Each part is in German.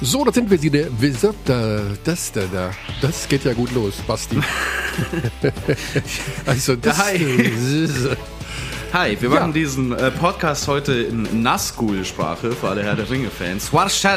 So, da sind wir wieder. Das geht ja gut los, Basti. Also das. Hi, wir machen diesen Podcast heute in Nazgul-Sprache für alle Herr der Ringe-Fans.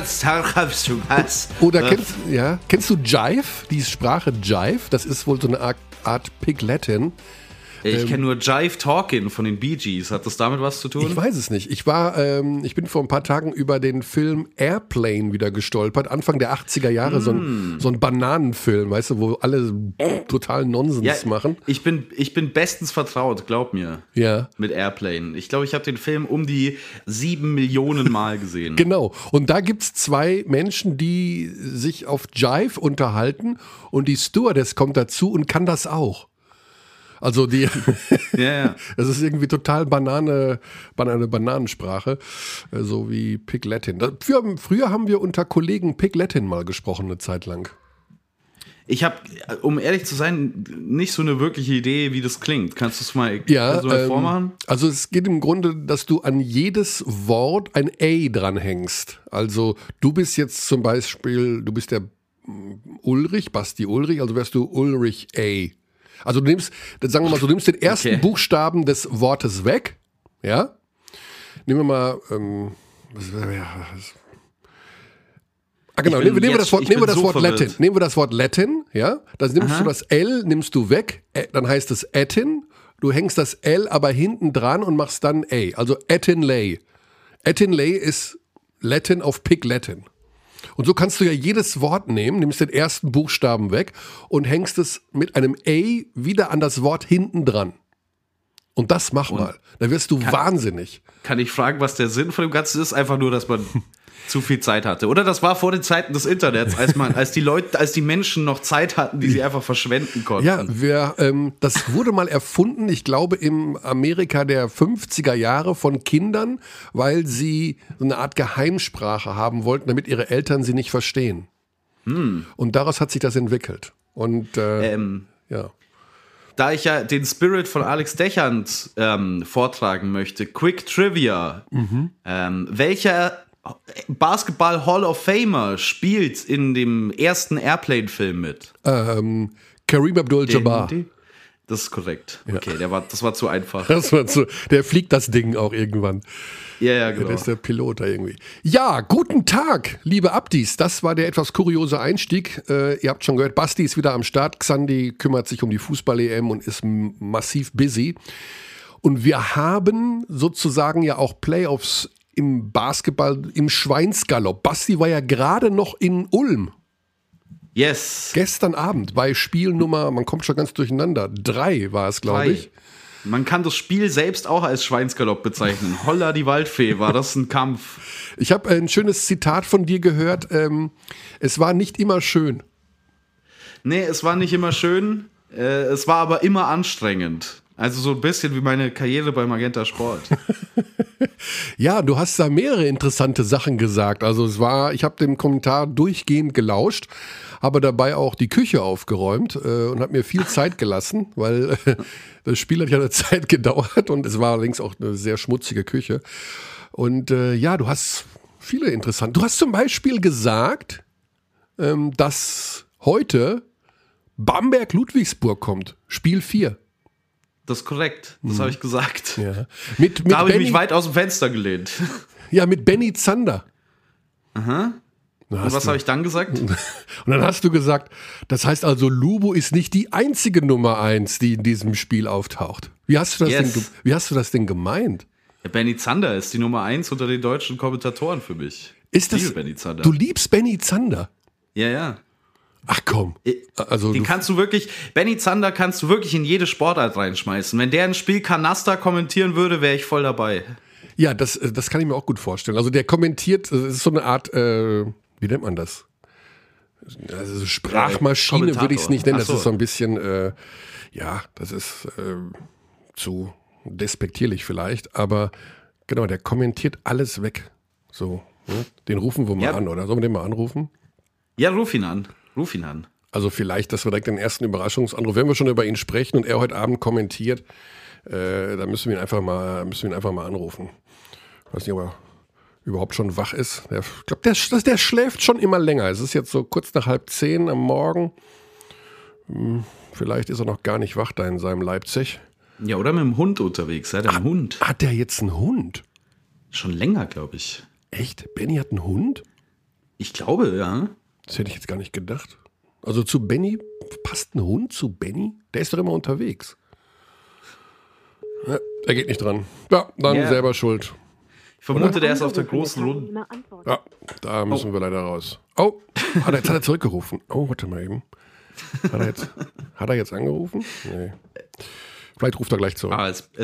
Oder kennst du Jive? Die Sprache Jive, das ist wohl so eine Art Pig-Latin. Ich kenne nur Jive Talkin' von den Bee Gees. Hat das damit was zu tun? Ich weiß es nicht. Ich bin vor ein paar Tagen über den Film Airplane wieder gestolpert. Anfang der 80er Jahre, so ein Bananenfilm, weißt du, wo alle total Nonsens machen. Ich bin bestens vertraut, glaub mir, mit Airplane. Ich glaube, ich habe den Film um die 7 Millionen Mal gesehen. Genau. Und da gibt's zwei Menschen, die sich auf Jive unterhalten und die Stewardess kommt dazu und kann das auch. Also das ist irgendwie total Bananensprache, so wie Pig Latin. Früher haben wir unter Kollegen Pig Latin mal gesprochen, eine Zeit lang. Ich habe, um ehrlich zu sein, nicht so eine wirkliche Idee, wie das klingt. Kannst du es mal, vormachen? Also es geht im Grunde, dass du an jedes Wort ein A dranhängst. Also du bist jetzt zum Beispiel, du bist der Ulrich, Basti Ulrich, also wärst du Ulrich A. Also du nimmst den ersten Buchstaben des Wortes weg, ja? Nehmen wir mal, nehmen wir das Wort Latin. Nehmen wir das Wort Latin, ja? Dann nimmst du das L, nimmst du weg, dann heißt es Atin. Du hängst das L aber hinten dran und machst dann A. Also Atinlay. Atinlay ist Latin auf Pig Latin. Und so kannst du ja jedes Wort nehmen, nimmst den ersten Buchstaben weg und hängst es mit einem A wieder an das Wort hinten dran. Und das mach mal. Da wirst du wahnsinnig. Kann ich fragen, was der Sinn von dem Ganzen ist? Einfach nur, dass man zu viel Zeit hatte. Oder das war vor den Zeiten des Internets, als die Menschen noch Zeit hatten, die sie einfach verschwenden konnten. Ja, das wurde mal erfunden, ich glaube im Amerika der 50er Jahre von Kindern, weil sie so eine Art Geheimsprache haben wollten, damit ihre Eltern sie nicht verstehen. Und daraus hat sich das entwickelt. Und ja. Da ich ja den Spirit von Alex Dechant vortragen möchte, Quick Trivia. Welcher Basketball Hall of Famer spielt in dem ersten Airplane-Film mit? Kareem Abdul-Jabbar. Das ist korrekt. Okay, das war zu einfach. Der fliegt das Ding auch irgendwann. Ja, genau. Der ist der Pilot da irgendwie. Ja, guten Tag, liebe Abdis. Das war der etwas kuriose Einstieg. Ihr habt schon gehört, Basti ist wieder am Start. Xandi kümmert sich um die Fußball-EM und ist massiv busy. Und wir haben sozusagen ja auch Playoffs im Basketball, im Schweinsgalopp. Basti war ja gerade noch in Ulm. Yes. Gestern Abend bei Spielnummer, man kommt schon ganz durcheinander, 3 war es, glaube ich. Man kann das Spiel selbst auch als Schweinsgalopp bezeichnen. Holla die Waldfee, war das ein Kampf. Ich habe ein schönes Zitat von dir gehört. Es war nicht immer schön. Nee, es war nicht immer schön. Es war aber immer anstrengend. Also so ein bisschen wie meine Karriere bei Magenta Sport. Ja, du hast da mehrere interessante Sachen gesagt. Also ich habe dem Kommentar durchgehend gelauscht, habe dabei auch die Küche aufgeräumt und habe mir viel Zeit gelassen, weil das Spiel hat ja eine Zeit gedauert und es war allerdings auch eine sehr schmutzige Küche. Und du hast viele interessante. Du hast zum Beispiel gesagt, dass heute Bamberg-Ludwigsburg kommt, Spiel 4. Das ist korrekt, das habe ich gesagt. Ja. Da habe ich mich weit aus dem Fenster gelehnt. Ja, mit Benny Zander. Aha. Und was habe ich dann gesagt? Und dann hast du gesagt, das heißt also, Lubo ist nicht die einzige Nummer 1, die in diesem Spiel auftaucht. Wie hast du das denn gemeint? Ja, Benny Zander ist die Nummer 1 unter den deutschen Kommentatoren für mich. Liebe Benny Zander. Du liebst Benny Zander? Ja. Ach komm. Also Benny Zander kannst du wirklich in jede Sportart reinschmeißen. Wenn der ein Spiel Kanaster kommentieren würde, wäre ich voll dabei. Ja, das kann ich mir auch gut vorstellen. Also der kommentiert, das ist so eine Art, wie nennt man das? Also Sprachmaschine würde ich es nicht nennen. Das ist so ein bisschen, das ist zu despektierlich vielleicht. Aber genau, der kommentiert alles weg. So, ne? Den rufen wir mal an, oder? Sollen wir den mal anrufen? Ja, ruf ihn an. Also vielleicht, dass wir direkt den ersten Überraschungsanruf, wenn wir schon über ihn sprechen und er heute Abend kommentiert, dann müssen wir ihn einfach mal anrufen. Ich weiß nicht, aber überhaupt schon wach ist. Ich glaube, der schläft schon immer länger. Es ist jetzt so kurz nach 9:30 am Morgen. Vielleicht ist er noch gar nicht wach da in seinem Leipzig. Ja, oder mit dem Hund unterwegs. Hat er einen Hund? Hat der jetzt einen Hund? Schon länger, glaube ich. Echt? Benny hat einen Hund? Ich glaube, ja. Das hätte ich jetzt gar nicht gedacht. Also zu Benny, passt ein Hund zu Benny? Der ist doch immer unterwegs. Ja, er geht nicht dran. Ja, dann selber schuld. Ich vermute, der ist auf der großen Runde. Ja, da müssen wir leider raus. Oh, jetzt hat er zurückgerufen. Oh, warte mal eben. Hat er jetzt angerufen? Nee. Vielleicht ruft er gleich zurück.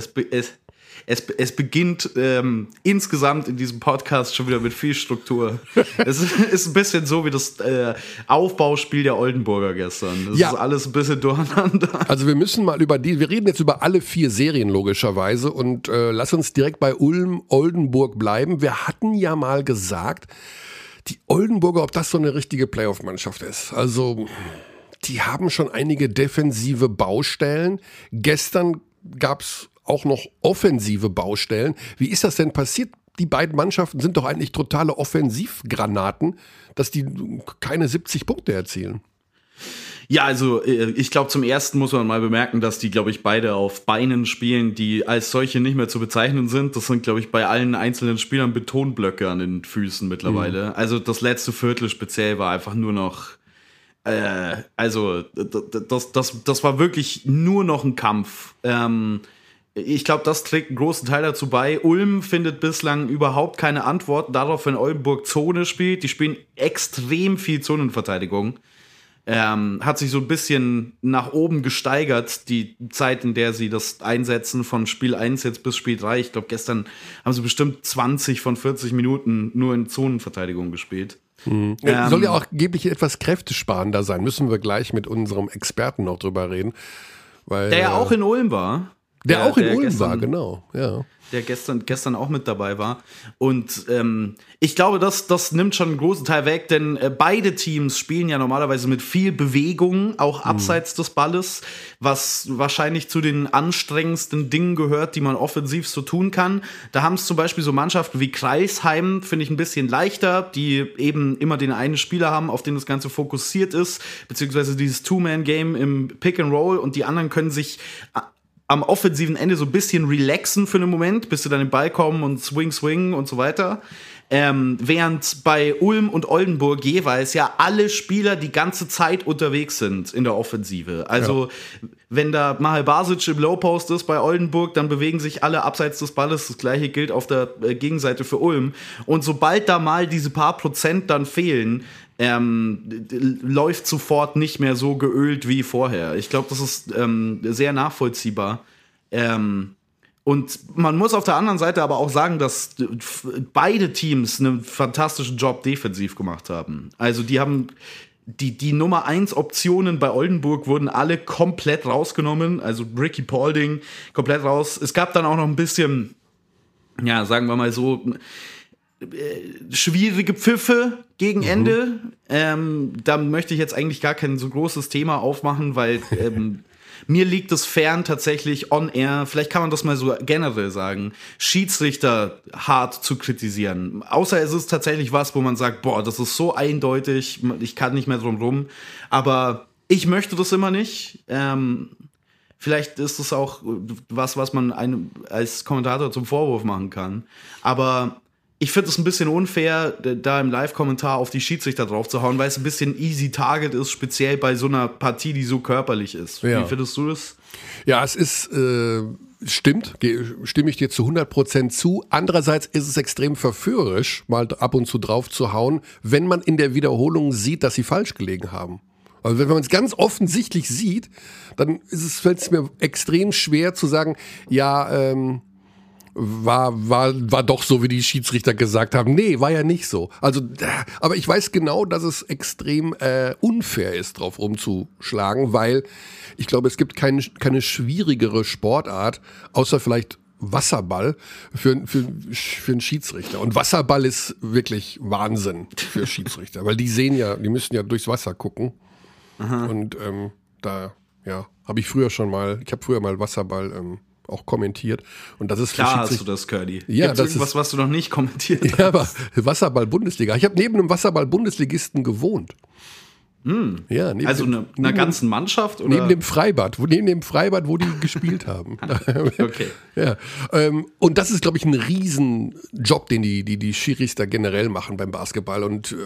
Es beginnt insgesamt in diesem Podcast schon wieder mit viel Struktur. Es ist ein bisschen so wie das Aufbauspiel der Oldenburger gestern. Das ist alles ein bisschen durcheinander. Also wir müssen mal wir reden jetzt über alle 4 Serien logischerweise und lass uns direkt bei Oldenburg bleiben. Wir hatten ja mal gesagt, die Oldenburger, ob das so eine richtige Playoff-Mannschaft ist. Also die haben schon einige defensive Baustellen. Gestern gab es auch noch offensive Baustellen. Wie ist das denn passiert? Die beiden Mannschaften sind doch eigentlich totale Offensivgranaten, dass die keine 70 Punkte erzielen. Ja, also ich glaube, zum Ersten muss man mal bemerken, dass die, glaube ich, beide auf Beinen spielen, die als solche nicht mehr zu bezeichnen sind. Das sind, glaube ich, bei allen einzelnen Spielern Betonblöcke an den Füßen mittlerweile. Mhm. Also das letzte Viertel speziell war einfach nur noch das war wirklich nur noch ein Kampf. Ich glaube, das trägt einen großen Teil dazu bei. Ulm findet bislang überhaupt keine Antwort darauf, wenn Oldenburg Zone spielt. Die spielen extrem viel Zonenverteidigung. Hat sich so ein bisschen nach oben gesteigert, die Zeit, in der sie das einsetzen von Spiel 1 jetzt bis Spiel 3. Ich glaube, gestern haben sie bestimmt 20 von 40 Minuten nur in Zonenverteidigung gespielt. Soll ja auch angeblich etwas kräftesparender sein. Müssen wir gleich mit unserem Experten noch drüber reden. Weil, der ja auch in Ulm war. Der auch in Ulm war, genau. Ja. Der gestern auch mit dabei war. Und ich glaube, das nimmt schon einen großen Teil weg, denn beide Teams spielen ja normalerweise mit viel Bewegung, auch abseits des Balles, was wahrscheinlich zu den anstrengendsten Dingen gehört, die man offensiv so tun kann. Da haben es zum Beispiel so Mannschaften wie Kreisheim, finde ich ein bisschen leichter, die eben immer den einen Spieler haben, auf den das Ganze fokussiert ist, beziehungsweise dieses Two-Man-Game im Pick-and-Roll, und die anderen können sich am offensiven Ende so ein bisschen relaxen für einen Moment, bis sie dann den Ball kommen und swing und so weiter. Während bei Ulm und Oldenburg jeweils ja alle Spieler die ganze Zeit unterwegs sind in der Offensive. Also wenn da Mahal Basic im Low-Post ist bei Oldenburg, dann bewegen sich alle abseits des Balles. Das gleiche gilt auf der Gegenseite für Ulm. Und sobald da mal diese paar Prozent dann fehlen, läuft sofort nicht mehr so geölt wie vorher. Ich glaube, das ist sehr nachvollziehbar. Und man muss auf der anderen Seite aber auch sagen, dass beide Teams einen fantastischen Job defensiv gemacht haben. Also die haben die Nummer 1 Optionen bei Oldenburg wurden alle komplett rausgenommen. Also Ricky Paulding komplett raus. Es gab dann auch noch ein bisschen, ja, sagen wir mal so, schwierige Pfiffe gegen Ende. Da möchte ich jetzt eigentlich gar kein so großes Thema aufmachen, weil mir liegt es fern, tatsächlich on air, vielleicht kann man das mal so generell sagen, Schiedsrichter hart zu kritisieren. Außer es ist tatsächlich was, wo man sagt, boah, das ist so eindeutig, ich kann nicht mehr drum rum. Aber ich möchte das immer nicht. Vielleicht ist es auch was man einem als Kommentator zum Vorwurf machen kann. Aber ich finde es ein bisschen unfair, da im Live-Kommentar auf die Schiedsrichter drauf zu hauen, weil es ein bisschen easy target ist, speziell bei so einer Partie, die so körperlich ist. Ja. Wie findest du das? Ja, es ist, stimmt, stimme ich dir zu 100% zu. Andererseits ist es extrem verführerisch, mal ab und zu drauf zu hauen, wenn man in der Wiederholung sieht, dass sie falsch gelegen haben. Also wenn man es ganz offensichtlich sieht, dann fällt es mir extrem schwer zu sagen, ja, war doch so, wie die Schiedsrichter gesagt haben. Nee, war ja nicht so. Also, aber ich weiß genau, dass es extrem unfair ist, drauf rumzuschlagen, weil ich glaube, es gibt keine schwierigere Sportart, außer vielleicht Wasserball für einen Schiedsrichter. Und Wasserball ist wirklich Wahnsinn für Schiedsrichter, weil die müssen ja durchs Wasser gucken. Aha. Und habe ich früher mal Wasserball auch kommentiert. Und das ist Klar hast du das, Curdy. Ja, Gibt's irgendwas, was du noch nicht kommentiert hast? Ja, aber Wasserball-Bundesliga. Ich habe neben einem Wasserball-Bundesligisten gewohnt. Ja, Also einer ganzen Mannschaft? Oder? Neben dem Freibad, wo die gespielt haben. Okay. Ja. Und das ist, glaube ich, ein Riesenjob, den die Schiris da generell machen beim Basketball. Und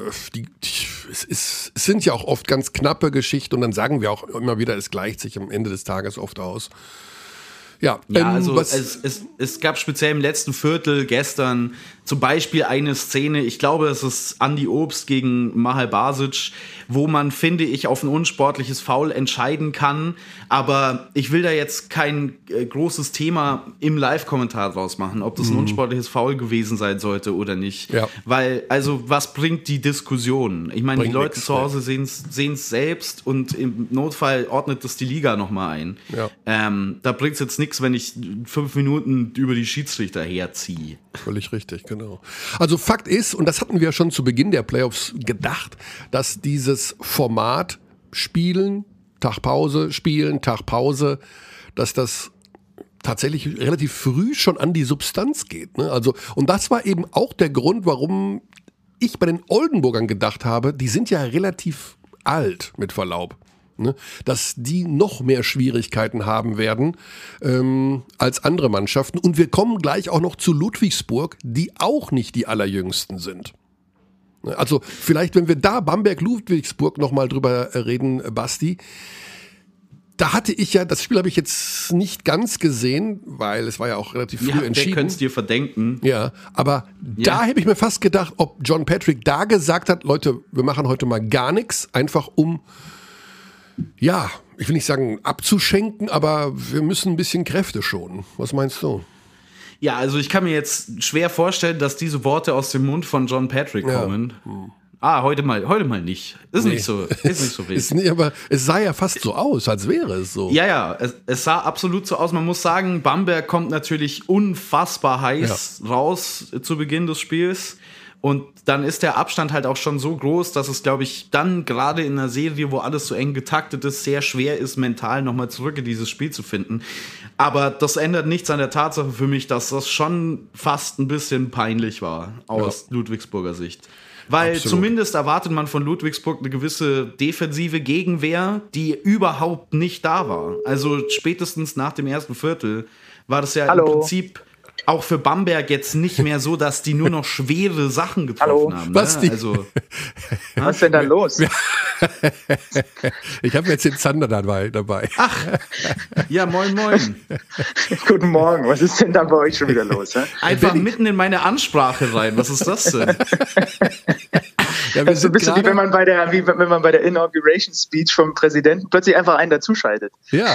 es sind ja auch oft ganz knappe Geschichten und dann sagen wir auch immer wieder, es gleicht sich am Ende des Tages oft aus. Ja, also es gab speziell im letzten Viertel gestern zum Beispiel eine Szene, ich glaube, es ist Andi Obst gegen Mahal Basic, wo man, finde ich, auf ein unsportliches Foul entscheiden kann. Aber ich will da jetzt kein großes Thema im Live-Kommentar draus machen, ob das ein unsportliches Foul gewesen sein sollte oder nicht. Ja. Weil, also, was bringt die Diskussion? Ich meine, die Leute nix, zu Hause sehen es selbst und im Notfall ordnet das die Liga nochmal ein. Ja. Da bringt es jetzt nichts, wenn ich 5 Minuten über die Schiedsrichter herziehe. Völlig richtig, genau. Also Fakt ist, und das hatten wir schon zu Beginn der Playoffs gedacht, dass dieses Format Spielen, Tag Pause, Spielen, Tag Pause, dass das tatsächlich relativ früh schon an die Substanz geht. Ne? Also, und das war eben auch der Grund, warum ich bei den Oldenburgern gedacht habe, die sind ja relativ alt, mit Verlaub. Ne, dass die noch mehr Schwierigkeiten haben werden als andere Mannschaften. Und wir kommen gleich auch noch zu Ludwigsburg, die auch nicht die allerjüngsten sind. Also vielleicht, wenn wir da Bamberg-Ludwigsburg nochmal drüber reden, Basti, da hatte ich ja, das Spiel habe ich jetzt nicht ganz gesehen, weil es war ja auch relativ früh entschieden. Wer könnte es dir verdenken? Ja, aber da habe ich mir fast gedacht, ob John Patrick da gesagt hat, Leute, wir machen heute mal gar nichts, einfach um ja, ich will nicht sagen abzuschenken, aber wir müssen ein bisschen Kräfte schonen. Was meinst du? Ja, also ich kann mir jetzt schwer vorstellen, dass diese Worte aus dem Mund von John Patrick kommen. Heute mal nicht. Ist nicht so wild. Ist nicht, aber es sah ja fast so aus, als wäre es so. Ja, es sah absolut so aus. Man muss sagen, Bamberg kommt natürlich unfassbar heiß raus zu Beginn des Spiels. Und dann ist der Abstand halt auch schon so groß, dass es, glaube ich, dann gerade in einer Serie, wo alles so eng getaktet ist, sehr schwer ist, mental nochmal zurück in dieses Spiel zu finden. Aber das ändert nichts an der Tatsache für mich, dass das schon fast ein bisschen peinlich war aus Ludwigsburger Sicht. Weil zumindest erwartet man von Ludwigsburg eine gewisse defensive Gegenwehr, die überhaupt nicht da war. Also spätestens nach dem ersten Viertel war das ja im Prinzip auch für Bamberg jetzt nicht mehr so, dass die nur noch schwere Sachen getroffen haben. Ne? Was ist denn da los? Ich habe jetzt den Zander dabei. Ach, ja, moin. Guten Morgen, was ist denn da bei euch schon wieder los? Einfach mitten in meine Ansprache rein, was ist das denn? Ja, das ist so ein bisschen wie wenn man bei der Inauguration Speech vom Präsidenten plötzlich einfach einen dazuschaltet. Ja.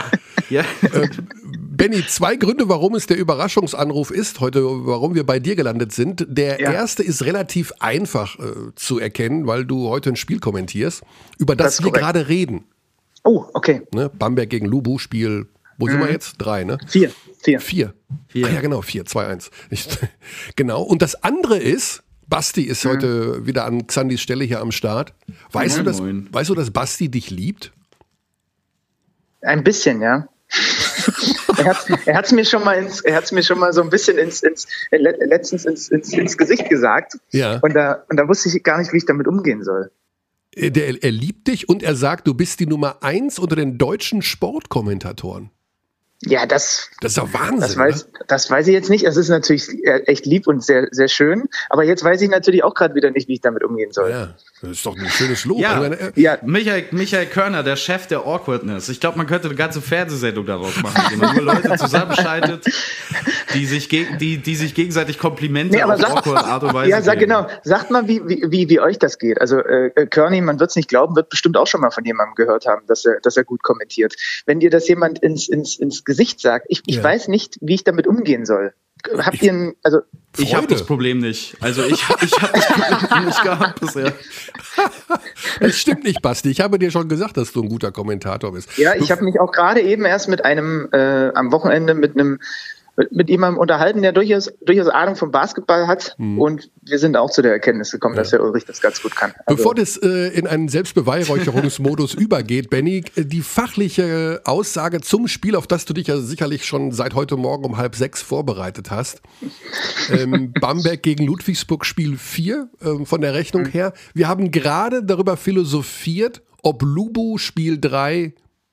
Benni, 2 Gründe, warum es der Überraschungsanruf ist heute, warum wir bei dir gelandet sind. Der erste ist relativ einfach zu erkennen, weil du heute ein Spiel kommentierst, über das wir gerade reden. Oh, okay. Ne? Bamberg gegen Lubu, Spiel, wo sind wir jetzt? 3, ne? 4. 4. Ah, ja, genau, 4, 2-1. Genau. Und das andere ist, Basti ist heute wieder an Xandis Stelle hier am Start. Weißt du, dass Basti dich liebt? Ein bisschen, ja. Er hat's mir schon mal so ein bisschen letztens ins Gesicht gesagt. Ja. Und da wusste ich gar nicht, wie ich damit umgehen soll. Er liebt dich und er sagt, du bist die Nummer 1 unter den deutschen Sportkommentatoren. Ja, das ist doch Wahnsinn. Das weiß ich jetzt nicht. Es ist natürlich echt lieb und sehr, sehr schön. Aber jetzt weiß ich natürlich auch gerade wieder nicht, wie ich damit umgehen soll. Ja, das ist doch ein schönes Lob. Ja. Michael Körner, der Chef der Awkwardness. Ich glaube, man könnte eine ganze Fernsehsendung daraus machen, indem man nur Leute zusammenschaltet, die sich gegenseitig Komplimente auf awkward Art und Weise geben. Genau. Sagt mal, wie euch das geht. Also Körny, man wird es nicht glauben, wird bestimmt auch schon mal von jemandem gehört haben, dass er gut kommentiert. Wenn dir das jemand ins Gesicht sagt, ich weiß nicht, wie ich damit umgehen soll. Habt ihr ich habe das Problem nicht. Also ich habe das Problem nicht gehabt bisher. Das stimmt nicht, Basti. Ich habe dir schon gesagt, dass du ein guter Kommentator bist. Ja, ich habe mich auch gerade eben erst mit einem am Wochenende mit einem mit jemandem unterhalten, der durchaus Ahnung vom Basketball hat. Und wir sind auch zu der Erkenntnis gekommen, dass der Ulrich das ganz gut kann. Also, bevor das in einen Selbstbeweihräucherungsmodus übergeht, Benny, die fachliche Aussage zum Spiel, auf das du dich ja sicherlich schon seit heute Morgen um 5:30 vorbereitet hast. Bamberg gegen Ludwigsburg, Spiel 4 von der Rechnung her. Wir haben gerade darüber philosophiert, ob Lubu Spiel 3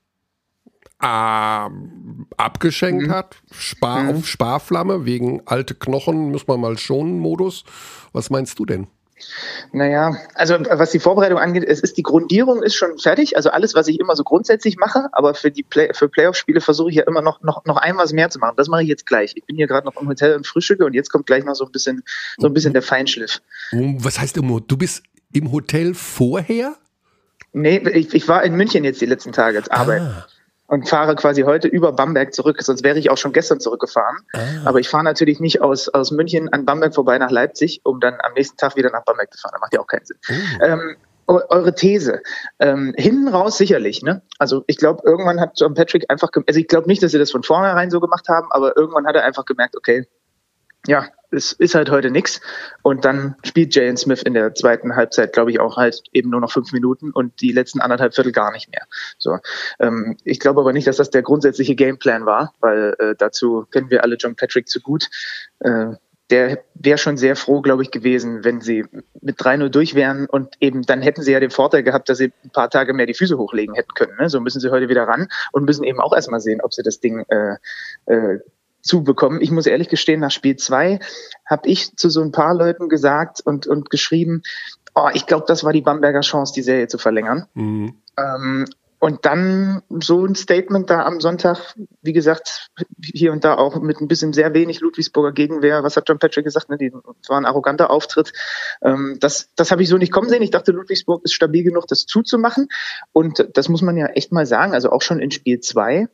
abgeschenkt hat, auf Sparflamme, wegen alte Knochen, muss man mal schonen Modus. Was meinst du denn? Naja, also was die Vorbereitung angeht, die Grundierung ist schon fertig, also alles, was ich immer so grundsätzlich mache, aber für Playoff-Spiele versuche ich ja immer noch ein was mehr zu machen. Das mache ich jetzt gleich. Ich bin hier gerade noch im Hotel und frühstücke und jetzt kommt gleich noch so ein bisschen der Feinschliff. Was heißt du bist im Hotel vorher? Nee, ich war in München jetzt die letzten Tage als Arbeit. Und fahre quasi heute über Bamberg zurück. Sonst wäre ich auch schon gestern zurückgefahren. Aber ich fahre natürlich nicht aus München an Bamberg vorbei nach Leipzig, um dann am nächsten Tag wieder nach Bamberg zu fahren. Das macht ja auch keinen Sinn. Eure These. Hinten raus sicherlich, ne? Also ich glaube, irgendwann hat John Patrick einfach, also ich glaube nicht, dass sie das von vornherein so gemacht haben, aber irgendwann hat er einfach gemerkt, okay, ja, es ist halt heute nix. Und dann spielt Jalen Smith in der zweiten Halbzeit, glaube ich, auch halt eben nur noch 5 Minuten und die letzten 1,5 Viertel gar nicht mehr. So, ich glaube aber nicht, dass das der grundsätzliche Gameplan war, weil dazu kennen wir alle John Patrick zu gut. Der wäre schon sehr froh, glaube ich, gewesen, wenn sie mit 3-0 durch wären und eben dann hätten sie ja den Vorteil gehabt, dass sie ein paar Tage mehr die Füße hochlegen hätten können. Ne? So müssen sie heute wieder ran und müssen eben auch erstmal sehen, ob sie das Ding zubekommen. Ich muss ehrlich gestehen, nach Spiel 2 habe ich zu so ein paar Leuten gesagt und geschrieben, ich glaube, das war die Bamberger Chance, die Serie zu verlängern. Und dann so ein Statement da am Sonntag, wie gesagt, hier und da auch mit ein bisschen sehr wenig Ludwigsburger Gegenwehr. Was hat John Patrick gesagt? Ne? Das war ein arroganter Auftritt. Das habe ich so nicht kommen sehen. Ich dachte, Ludwigsburg ist stabil genug, das zuzumachen. Und das muss man ja echt mal sagen. Also auch schon in Spiel 2.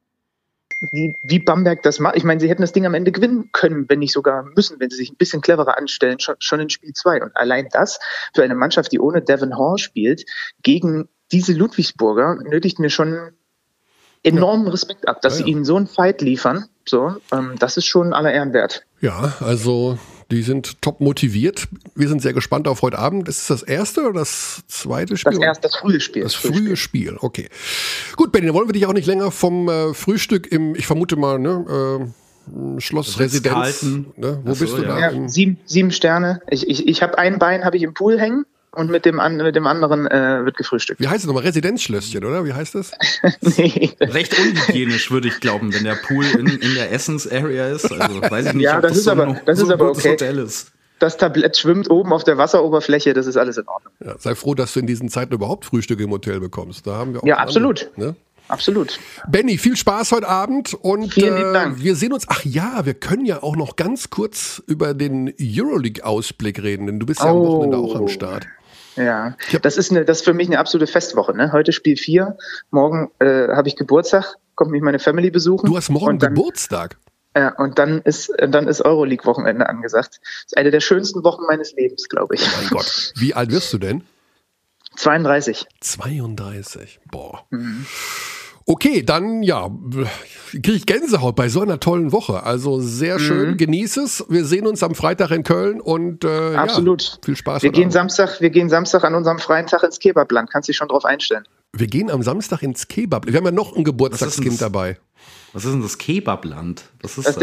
Wie Bamberg das macht. Ich meine, sie hätten das Ding am Ende gewinnen können, wenn nicht sogar müssen, wenn sie sich ein bisschen cleverer anstellen, schon in Spiel 2. Und allein das für eine Mannschaft, die ohne Devin Hall spielt, gegen diese Ludwigsburger, nötigt mir schon enormen Respekt ab, dass sie ihnen so einen Fight liefern. So, das ist schon aller Ehren wert. Ja, also die sind top motiviert. Wir sind sehr gespannt auf heute Abend. Ist es das erste oder das zweite Spiel? Das frühe Spiel. Das frühe Spiel, okay. Gut, Benny, dann wollen wir dich auch nicht länger vom Frühstück ich vermute mal, Schlossresidenz. Ne? Wo bist du da? Ja, 7 Sterne. Ich habe ein Bein im Pool hängen. Und mit dem anderen wird gefrühstückt. Wie heißt es nochmal? Residenzschlösschen, oder? Wie heißt das? Nee. Recht unhygienisch, würde ich glauben, wenn der Pool in der Essens-Area ist. Also weiß ich nicht, ob das so ein gutes Hotel ist. Das Tablett schwimmt oben auf der Wasseroberfläche, das ist alles in Ordnung. Ja, sei froh, dass du in diesen Zeiten überhaupt Frühstück im Hotel bekomst. Da haben wir auch absolut. Andere, ne? Absolut. Benny, viel Spaß heute Abend und vielen lieben Dank. Wir sehen uns, wir können ja auch noch ganz kurz über den Euroleague-Ausblick reden, denn du bist ja am Wochenende auch am Start. Ja, das ist für mich eine absolute Festwoche. Ne? Heute Spiel 4, morgen habe ich Geburtstag, kommt mich meine Family besuchen. Du hast morgen Geburtstag? Ja, und dann ist Euroleague-Wochenende angesagt. Das ist eine der schönsten Wochen meines Lebens, glaube ich. Oh mein Gott. Wie alt wirst du denn? 32. 32, boah. Okay, dann kriege ich Gänsehaut bei so einer tollen Woche. Also sehr schön, genieß es. Wir sehen uns am Freitag in Köln und absolut. Viel Spaß. Wir gehen Samstag an unserem freien Tag ins Kebabland. Kannst dich schon drauf einstellen. Wir gehen am Samstag ins Kebabland. Wir haben ja noch ein Geburtstagskind dabei. Was ist denn das Kebabland? Das ist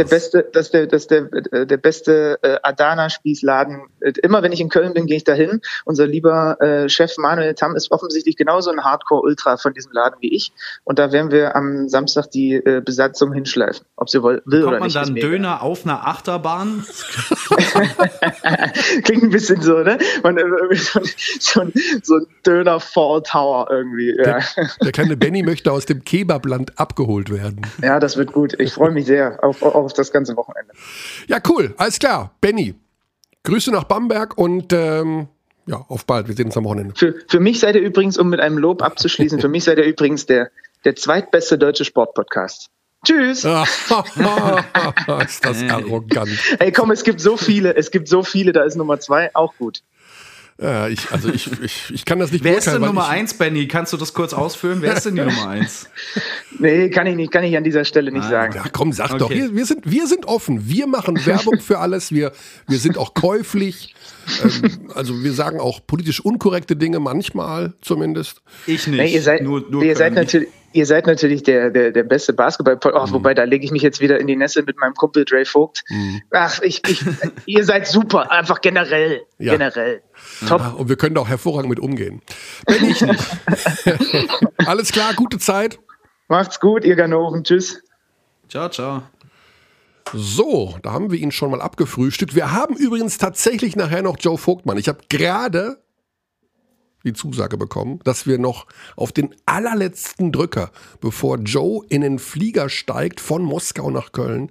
der beste Adana-Spießladen. Immer wenn ich in Köln bin, gehe ich dahin. Unser lieber Chef Manuel Tamm ist offensichtlich genauso ein Hardcore-Ultra von diesem Laden wie ich. Und da werden wir am Samstag die Besatzung hinschleifen. Ob sie will oder nicht. Kommt man dann Döner auf einer Achterbahn? Klingt ein bisschen so, ne? So ein Döner-Fall Tower irgendwie. Ja. Der kleine Benny möchte aus dem Kebabland abgeholt werden. Ja, das wird gut. Ich freue mich sehr auf das ganze Wochenende. Ja, cool. Alles klar. Benny, Grüße nach Bamberg und auf bald. Wir sehen uns am Wochenende. Für mich seid ihr übrigens, um mit einem Lob abzuschließen, für mich seid ihr übrigens der zweitbeste deutsche Sportpodcast. Tschüss. Ist das arrogant. Ey, komm, es gibt so viele, da ist Nummer 2 auch gut. Ja, ich kann das nicht Wer ist denn weil Nummer 1, Benny? Kannst du das kurz ausführen? Wer ist denn die Nummer 1? Nee, kann ich an dieser Stelle nicht sagen. Ja, komm, sag doch. Wir sind offen. Wir machen Werbung für alles. Wir sind auch käuflich. Also wir sagen auch politisch unkorrekte Dinge, manchmal zumindest. Ich nicht. Nee, ihr seid natürlich der beste Basketball. Wobei, da lege ich mich jetzt wieder in die Nässe mit meinem Kumpel Dre Vogt. Ach, ihr seid super. Einfach generell. Ja. Generell. Top. Ja, und wir können da auch hervorragend mit umgehen. Wenn ich nicht. Alles klar, gute Zeit. Macht's gut, ihr Ganoven. Tschüss. Ciao, ciao. So, da haben wir ihn schon mal abgefrühstückt. Wir haben übrigens tatsächlich nachher noch Joe Vogtmann. Ich habe gerade die Zusage bekommen, dass wir noch auf den allerletzten Drücker, bevor Joe in den Flieger steigt von Moskau nach Köln,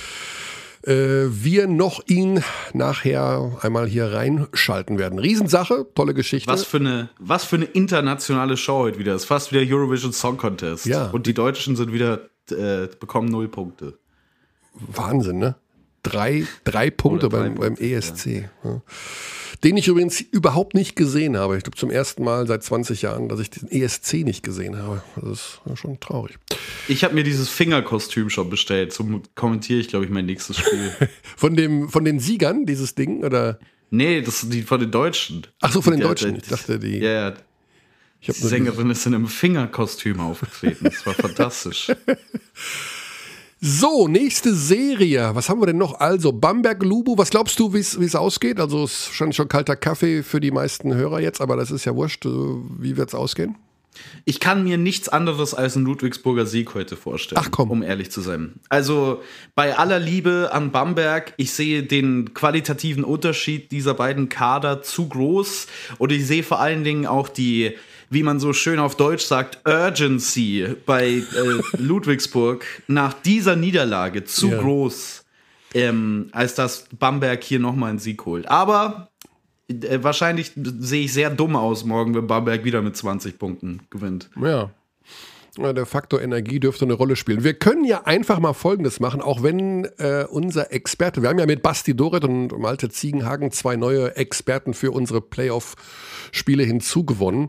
wir noch ihn nachher einmal hier reinschalten werden. Riesensache, tolle Geschichte. Was für eine internationale Show heute wieder. Es ist fast wieder Eurovision Song Contest. Ja. Und die Deutschen sind wieder, bekommen 0 Punkte. Wahnsinn, ne? Drei Punkte beim ESC. Ja. Den ich übrigens überhaupt nicht gesehen habe. Ich glaube zum ersten Mal seit 20 Jahren, dass ich den ESC nicht gesehen habe. Das ist schon traurig. Ich habe mir dieses Fingerkostüm schon bestellt. Zum kommentiere ich, glaube ich, mein nächstes Spiel. Von den Siegern, dieses Ding? Oder? Nee, das ist die von den Deutschen. Ach so, von den Deutschen. Ich dachte, die... Ja. Die Sängerin ist in einem Fingerkostüm aufgetreten. Das war fantastisch. So, nächste Serie. Was haben wir denn noch? Also, Bamberg Lubu. Was glaubst du, wie es ausgeht? Also, es ist wahrscheinlich schon kalter Kaffee für die meisten Hörer jetzt, aber das ist ja wurscht. Wie wird es ausgehen? Ich kann mir nichts anderes als einen Ludwigsburger Sieg heute vorstellen. Ach komm. Um ehrlich zu sein. Also, bei aller Liebe an Bamberg, ich sehe den qualitativen Unterschied dieser beiden Kader zu groß. Und ich sehe vor allen Dingen auch die, wie man so schön auf Deutsch sagt, Urgency bei Ludwigsburg nach dieser Niederlage zu groß, als dass Bamberg hier nochmal einen Sieg holt. Aber wahrscheinlich sehe ich sehr dumm aus morgen, wenn Bamberg wieder mit 20 Punkten gewinnt. Ja. Der Faktor Energie dürfte eine Rolle spielen. Wir können ja einfach mal Folgendes machen, auch wenn unser Experte, wir haben ja mit Basti Doret und Malte Ziegenhagen 2 neue Experten für unsere Playoff-Spiele hinzugewonnen.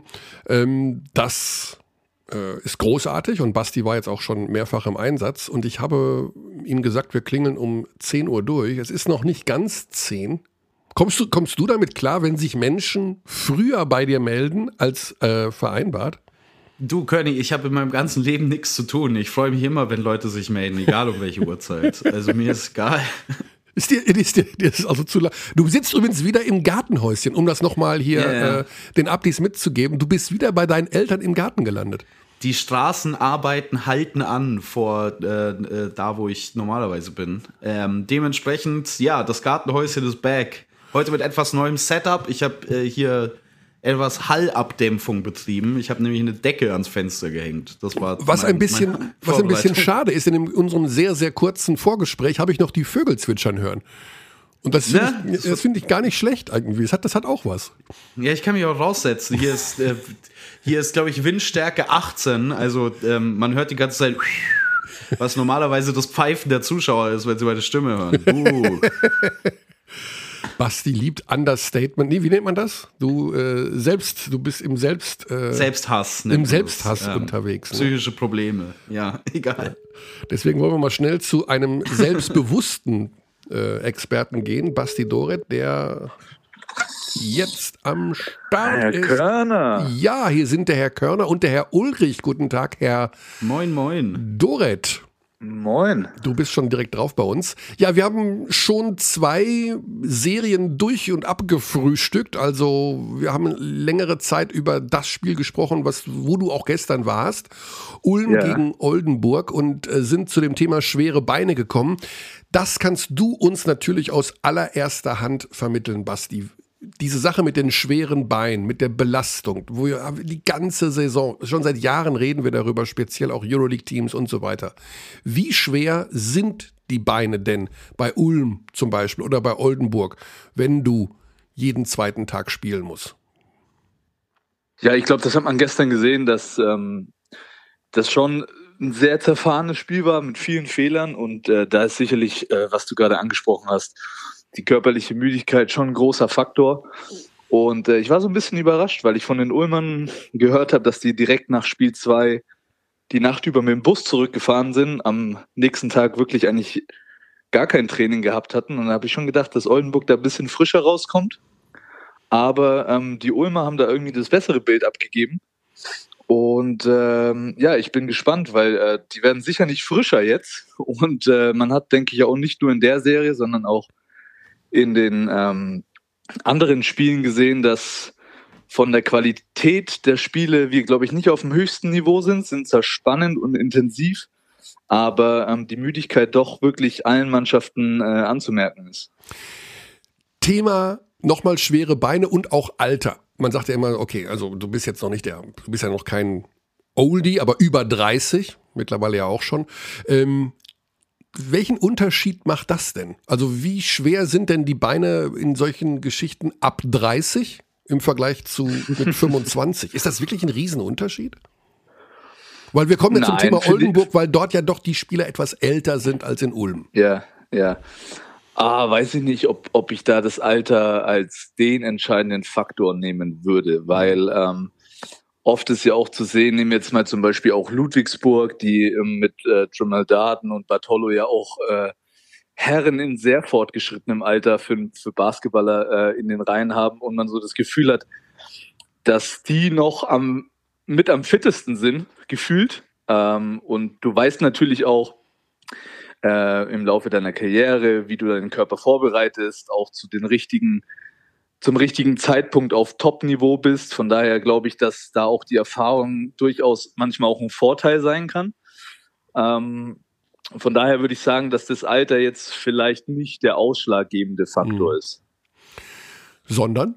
Das ist großartig und Basti war jetzt auch schon mehrfach im Einsatz und ich habe ihm gesagt, wir klingeln um 10 Uhr durch. Es ist noch nicht ganz 10. Kommst du damit klar, wenn sich Menschen früher bei dir melden als vereinbart? Du, König, ich habe in meinem ganzen Leben nichts zu tun. Ich freue mich immer, wenn Leute sich melden, egal um welche Uhrzeit. Also mir ist egal. Ist also zu lang. Du sitzt übrigens wieder im Gartenhäuschen, um das nochmal hier den Abdis mitzugeben. Du bist wieder bei deinen Eltern im Garten gelandet. Die Straßenarbeiten halten an vor da, wo ich normalerweise bin. Dementsprechend, ja, das Gartenhäuschen ist back. Heute mit etwas neuem Setup. Ich habe hier etwas Hallabdämpfung betrieben. Ich habe nämlich eine Decke ans Fenster gehängt. Das war was ein bisschen schade ist, denn in unserem sehr, sehr kurzen Vorgespräch habe ich noch die Vögel zwitschern hören. Und das finde ich gar nicht schlecht irgendwie. Das hat auch was. Ja, ich kann mich auch raussetzen. Hier ist, glaube ich, Windstärke 18. Also man hört die ganze Zeit, was normalerweise das Pfeifen der Zuschauer ist, wenn sie meine Stimme hören. Basti liebt Understatement. Nee, wie nennt man das? Du bist im Selbsthass. Im Selbsthass unterwegs. Psychische Probleme. Ja, egal. Deswegen wollen wir mal schnell zu einem selbstbewussten Experten gehen. Basti Doret, der jetzt am Start ist. Herr Körner. Ja, hier sind der Herr Körner und der Herr Ulrich. Guten Tag, Herr Moin. Doret. Moin. Du bist schon direkt drauf bei uns. Ja, wir haben schon 2 Serien durch und abgefrühstückt. Also wir haben längere Zeit über das Spiel gesprochen, wo du auch gestern warst. Ulm gegen Oldenburg und sind zu dem Thema schwere Beine gekommen. Das kannst du uns natürlich aus allererster Hand vermitteln, Basti. Diese Sache mit den schweren Beinen, mit der Belastung, wo wir die ganze Saison, schon seit Jahren reden wir darüber, speziell auch Euroleague-Teams und so weiter. Wie schwer sind die Beine denn bei Ulm zum Beispiel oder bei Oldenburg, wenn du jeden zweiten Tag spielen musst? Ja, ich glaube, das hat man gestern gesehen, dass das schon ein sehr zerfahrenes Spiel war mit vielen Fehlern und da ist sicherlich, was du gerade angesprochen hast, die körperliche Müdigkeit schon ein großer Faktor. Und ich war so ein bisschen überrascht, weil ich von den Ulmern gehört habe, dass die direkt nach Spiel 2 die Nacht über mit dem Bus zurückgefahren sind, am nächsten Tag wirklich eigentlich gar kein Training gehabt hatten. Und da habe ich schon gedacht, dass Oldenburg da ein bisschen frischer rauskommt. Aber die Ulmer haben da irgendwie das bessere Bild abgegeben. Und ich bin gespannt, weil die werden sicher nicht frischer jetzt. Und man hat, denke ich, auch nicht nur in der Serie, sondern auch in den anderen Spielen gesehen, dass von der Qualität der Spiele wir, glaube ich, nicht auf dem höchsten Niveau sind zwar spannend und intensiv, aber die Müdigkeit doch wirklich allen Mannschaften anzumerken ist. Thema nochmal schwere Beine und auch Alter. Man sagt ja immer, okay, also du bist jetzt noch nicht du bist ja noch kein Oldie, aber über 30, mittlerweile ja auch schon. Welchen Unterschied macht das denn? Also wie schwer sind denn die Beine in solchen Geschichten ab 30 im Vergleich zu mit 25? Ist das wirklich ein Riesenunterschied? Weil wir kommen jetzt zum Thema Oldenburg, weil dort ja doch die Spieler etwas älter sind als in Ulm. Ja. Weiß ich nicht, ob ich da das Alter als den entscheidenden Faktor nehmen würde, weil oft ist ja auch zu sehen, nehmen wir jetzt mal zum Beispiel auch Ludwigsburg, die mit Jamal Darden und Bartolo ja auch Herren in sehr fortgeschrittenem Alter für Basketballer in den Reihen haben und man so das Gefühl hat, dass die noch mit am fittesten sind, gefühlt. Und du weißt natürlich auch im Laufe deiner Karriere, wie du deinen Körper vorbereitest, auch zum richtigen Zeitpunkt auf Top-Niveau bist. Von daher glaube ich, dass da auch die Erfahrung durchaus manchmal auch ein Vorteil sein kann. Von daher würde ich sagen, dass das Alter jetzt vielleicht nicht der ausschlaggebende Faktor ist. Sondern?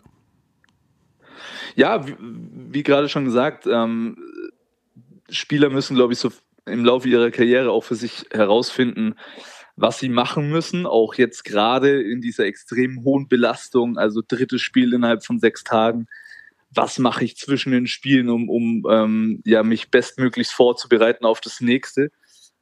Ja, wie gerade schon gesagt, Spieler müssen, glaube ich, so im Laufe ihrer Karriere auch für sich herausfinden, was sie machen müssen, auch jetzt gerade in dieser extrem hohen Belastung, also drittes Spiel innerhalb von 6 Tagen. Was mache ich zwischen den Spielen, um mich bestmöglichst vorzubereiten auf das nächste?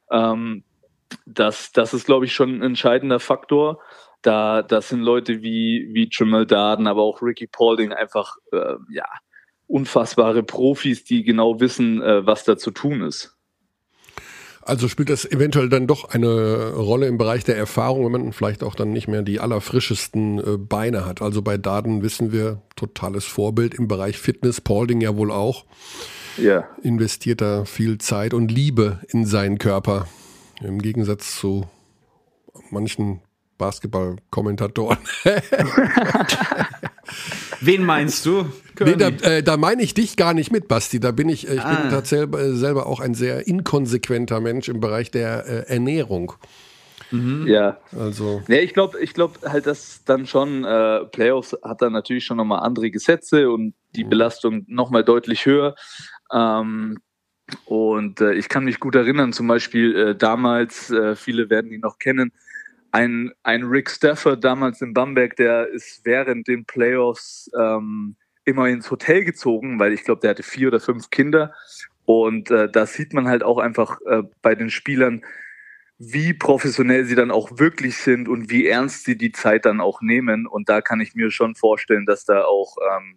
Das ist, glaube ich, schon ein entscheidender Faktor. Das sind Leute wie Jamal Darden, aber auch Ricky Paulding einfach unfassbare Profis, die genau wissen, was da zu tun ist. Also spielt das eventuell dann doch eine Rolle im Bereich der Erfahrung, wenn man vielleicht auch dann nicht mehr die allerfrischesten Beine hat. Also bei Darden wissen wir, totales Vorbild im Bereich Fitness, Paulding ja wohl auch. Ja. Investiert da viel Zeit und Liebe in seinen Körper. Im Gegensatz zu manchen Basketball-Kommentatoren. Wen meinst du? Nee, da meine ich dich gar nicht mit, Basti. Ich bin tatsächlich selber auch ein sehr inkonsequenter Mensch im Bereich der Ernährung. Mhm. Ja. Also. Ja, ich glaube halt, dass dann schon Playoffs hat dann natürlich schon nochmal andere Gesetze und die Belastung nochmal deutlich höher. Und ich kann mich gut erinnern, zum Beispiel damals, viele werden ihn noch kennen, ein Rick Stafford damals in Bamberg, der ist während den Playoffs immer ins Hotel gezogen, weil ich glaube, der hatte 4 oder 5 Kinder. Und da sieht man halt auch einfach bei den Spielern, wie professionell sie dann auch wirklich sind und wie ernst sie die Zeit dann auch nehmen. Und da kann ich mir schon vorstellen, dass da auch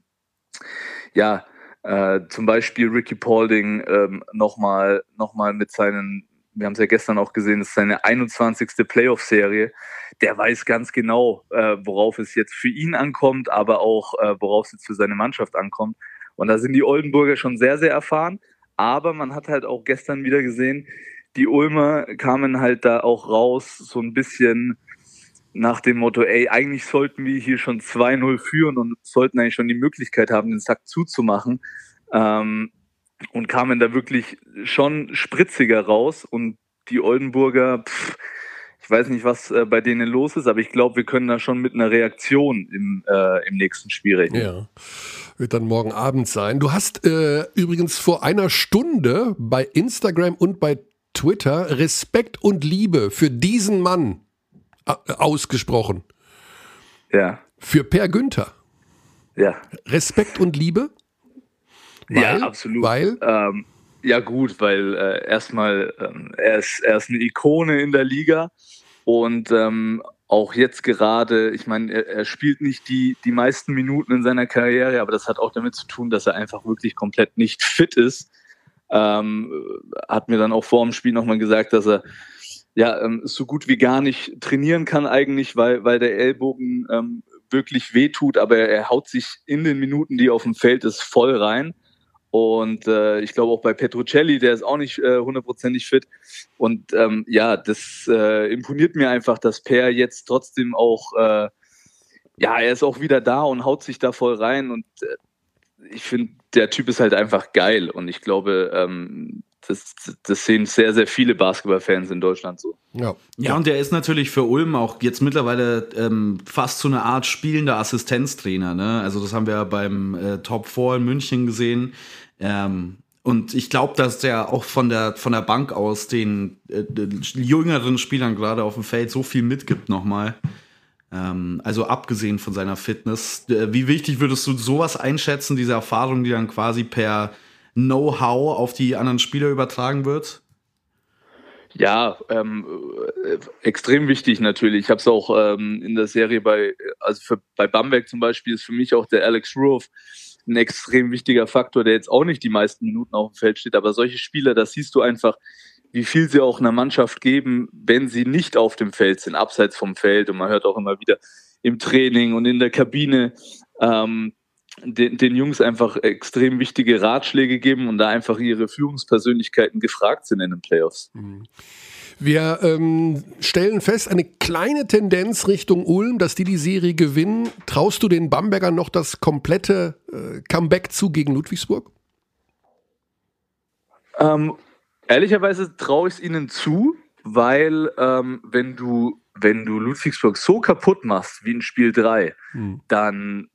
zum Beispiel Ricky Paulding nochmal mit seinen, wir haben es ja gestern auch gesehen, das ist seine 21. Playoff-Serie. Der weiß ganz genau, worauf es jetzt für ihn ankommt, aber auch, worauf es jetzt für seine Mannschaft ankommt. Und da sind die Oldenburger schon sehr, sehr erfahren. Aber man hat halt auch gestern wieder gesehen, die Ulmer kamen halt da auch raus, so ein bisschen nach dem Motto, eigentlich sollten wir hier schon 2-0 führen und sollten eigentlich schon die Möglichkeit haben, den Sack zuzumachen. Und kamen da wirklich schon spritziger raus. Und die Oldenburger, ich weiß nicht, was bei denen los ist, aber ich glaube, wir können da schon mit einer Reaktion im nächsten Spiel rechnen. Ja, wird dann morgen Abend sein. Du hast übrigens vor einer Stunde bei Instagram und bei Twitter Respekt und Liebe für diesen Mann ausgesprochen. Ja. Für Per Günther. Ja. Respekt und Liebe? Ja, absolut. Weil? Ja gut, weil erstmal er ist eine Ikone in der Liga und auch jetzt gerade, ich meine, er spielt nicht die meisten Minuten in seiner Karriere, aber das hat auch damit zu tun, dass er einfach wirklich komplett nicht fit ist. Hat mir dann auch vor dem Spiel nochmal gesagt, dass er so gut wie gar nicht trainieren kann eigentlich, weil der Ellbogen wirklich wehtut, aber er haut sich in den Minuten, die er auf dem Feld ist, voll rein. Und ich glaube auch bei Petruccelli, der ist auch nicht 100%ig fit. Und das imponiert mir einfach, dass Per jetzt trotzdem auch, er ist auch wieder da und haut sich da voll rein. Und ich finde, der Typ ist halt einfach geil. Und ich glaube, das sehen sehr, sehr viele Basketballfans in Deutschland so. Ja, und der ist natürlich für Ulm auch jetzt mittlerweile fast so eine Art spielender Assistenztrainer. Ne? Also das haben wir beim Top 4 in München gesehen. Und ich glaube, dass der auch von der Bank aus den jüngeren Spielern gerade auf dem Feld so viel mitgibt nochmal. Also abgesehen von seiner Fitness. Wie wichtig würdest du sowas einschätzen, diese Erfahrung, die dann quasi per Know-how auf die anderen Spieler übertragen wird? Ja, extrem wichtig natürlich. Ich habe es auch in der Serie bei Bamberg zum Beispiel ist für mich auch der Alex Ruoff ein extrem wichtiger Faktor, der jetzt auch nicht die meisten Minuten auf dem Feld steht, aber solche Spieler, das siehst du einfach, wie viel sie auch einer Mannschaft geben, wenn sie nicht auf dem Feld sind, abseits vom Feld. Und man hört auch immer wieder im Training und in der Kabine den Jungs einfach extrem wichtige Ratschläge geben und da einfach ihre Führungspersönlichkeiten gefragt sind in den Playoffs. Wir stellen fest, eine kleine Tendenz Richtung Ulm, dass die Serie gewinnen. Traust du den Bambergern noch das komplette Comeback zu gegen Ludwigsburg? Ehrlicherweise traue ich es ihnen zu, weil wenn du Ludwigsburg so kaputt machst wie in Spiel 3, dann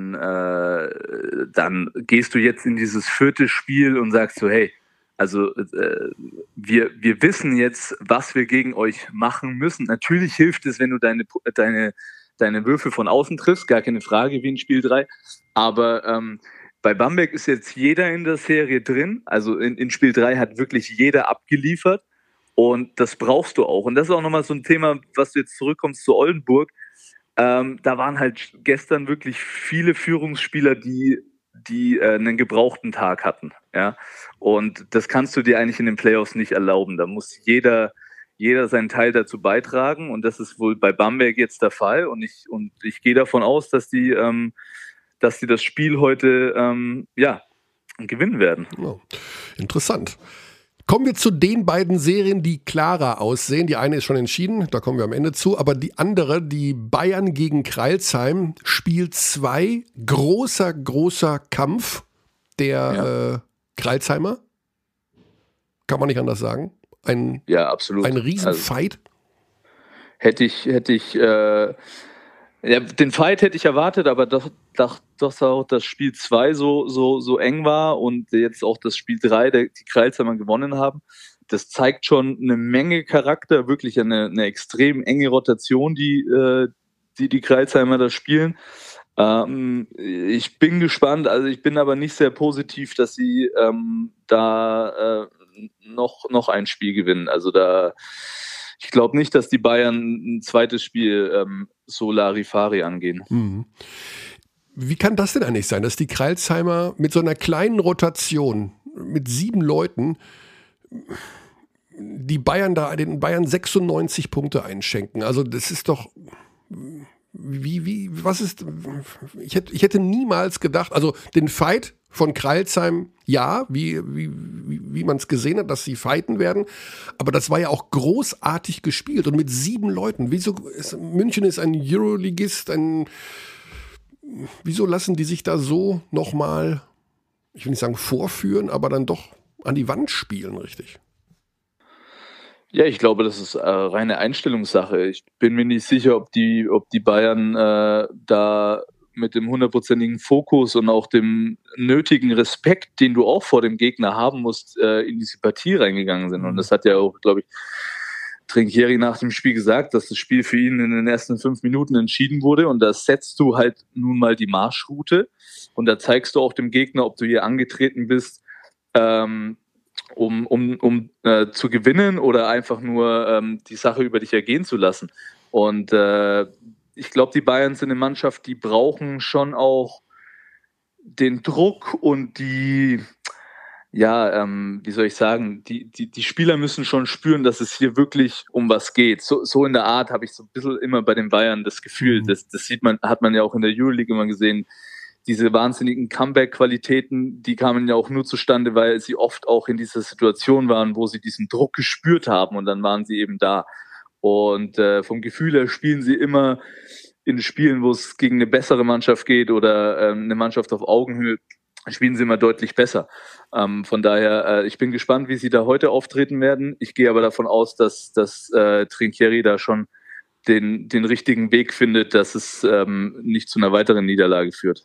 gehst du jetzt in dieses 4. Spiel und sagst so, hey, also wir wissen jetzt, was wir gegen euch machen müssen. Natürlich hilft es, wenn du deine Würfe von außen triffst, gar keine Frage wie in Spiel 3, aber bei Bamberg ist jetzt jeder in der Serie drin, also in Spiel 3 hat wirklich jeder abgeliefert und das brauchst du auch. Und das ist auch nochmal so ein Thema, was du jetzt zurückkommst zu Oldenburg. Da waren halt gestern wirklich viele Führungsspieler, die einen gebrauchten Tag hatten. Ja? Und das kannst du dir eigentlich in den Playoffs nicht erlauben. Da muss jeder seinen Teil dazu beitragen und das ist wohl bei Bamberg jetzt der Fall. Und ich gehe davon aus, dass die das Spiel heute gewinnen werden. Oh, interessant. Kommen wir zu den beiden Serien, die klarer aussehen. Die eine ist schon entschieden, da kommen wir am Ende zu. Aber die andere, die Bayern gegen Crailsheim, Spiel 2, großer Kampf der Crailsheimer. Kann man nicht anders sagen. Absolut. Ein Riesenfight. Den Fight hätte ich erwartet, aber dass auch das Spiel 2 so eng war und jetzt auch das Spiel 3, die Crailsheimer gewonnen haben, das zeigt schon eine Menge Charakter, wirklich eine extrem enge Rotation, die Crailsheimer da spielen. Ich bin gespannt, also ich bin aber nicht sehr positiv, dass sie noch ein Spiel gewinnen. Also ich glaube nicht, dass die Bayern ein zweites Spiel so Larifari angehen. Mhm. Wie kann das denn eigentlich sein, dass die Crailsheimer mit so einer kleinen Rotation, mit 7 Leuten, den Bayern 96 Punkte einschenken? Also das ist doch... Ich hätte niemals gedacht, also den Fight von Crailsheim, ja, wie man es gesehen hat, dass sie fighten werden, aber das war ja auch großartig gespielt und mit 7 Leuten. München ist ein Euroligist, wieso lassen die sich da so nochmal, ich will nicht sagen vorführen, aber dann doch an die Wand spielen, richtig? Ja, ich glaube, das ist reine Einstellungssache. Ich bin mir nicht sicher, ob die Bayern da mit dem 100%igen Fokus und auch dem nötigen Respekt, den du auch vor dem Gegner haben musst, in diese Partie reingegangen sind. Und das hat ja auch, glaube ich, Trinchieri nach dem Spiel gesagt, dass das Spiel für ihn in den ersten 5 Minuten entschieden wurde. Und da setzt du halt nun mal die Marschroute. Und da zeigst du auch dem Gegner, ob du hier angetreten bist, um zu gewinnen oder einfach nur die Sache über dich ergehen zu lassen. Und ich glaube, die Bayern sind eine Mannschaft, die brauchen schon auch den Druck und die, wie soll ich sagen, die Spieler müssen schon spüren, dass es hier wirklich um was geht. So in der Art habe ich so ein bisschen immer bei den Bayern das Gefühl, das hat man ja auch in der Euroleague immer gesehen, diese wahnsinnigen Comeback-Qualitäten, die kamen ja auch nur zustande, weil sie oft auch in dieser Situation waren, wo sie diesen Druck gespürt haben und dann waren sie eben da. Und vom Gefühl her spielen sie immer in Spielen, wo es gegen eine bessere Mannschaft geht oder eine Mannschaft auf Augenhöhe, spielen sie immer deutlich besser. Von daher, ich bin gespannt, wie sie da heute auftreten werden. Ich gehe aber davon aus, dass Trinchieri da schon den richtigen Weg findet, dass es nicht zu einer weiteren Niederlage führt.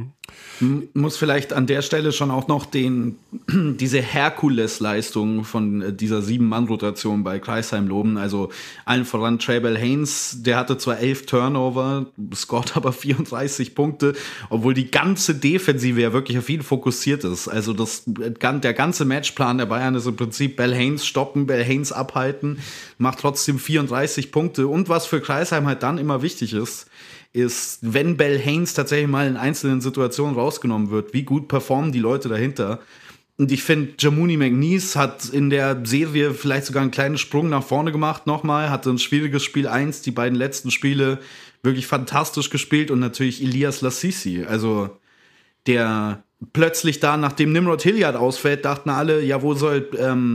Muss vielleicht an der Stelle schon auch noch diese Herkules-Leistung von dieser 7-Mann-Rotation bei Kreisheim loben. Also allen voran Trey Bell-Haynes, der hatte zwar 11 Turnover, scored aber 34 Punkte, obwohl die ganze Defensive ja wirklich auf ihn fokussiert ist. Also der ganze Matchplan der Bayern ist im Prinzip Bell-Haynes stoppen, Bell-Haynes abhalten, macht trotzdem 34 Punkte. Und was für Kreisheim halt dann immer wichtig ist, wenn Bell-Haynes tatsächlich mal in einzelnen Situationen rausgenommen wird, wie gut performen die Leute dahinter. Und ich finde, Jamuni McNeese hat in der Serie vielleicht sogar einen kleinen Sprung nach vorne gemacht nochmal, hatte ein schwieriges Spiel 1, die beiden letzten Spiele wirklich fantastisch gespielt und natürlich Elias Lassisi, also der plötzlich da, nachdem Nimrod Hilliard ausfällt, dachten alle, ja, wo soll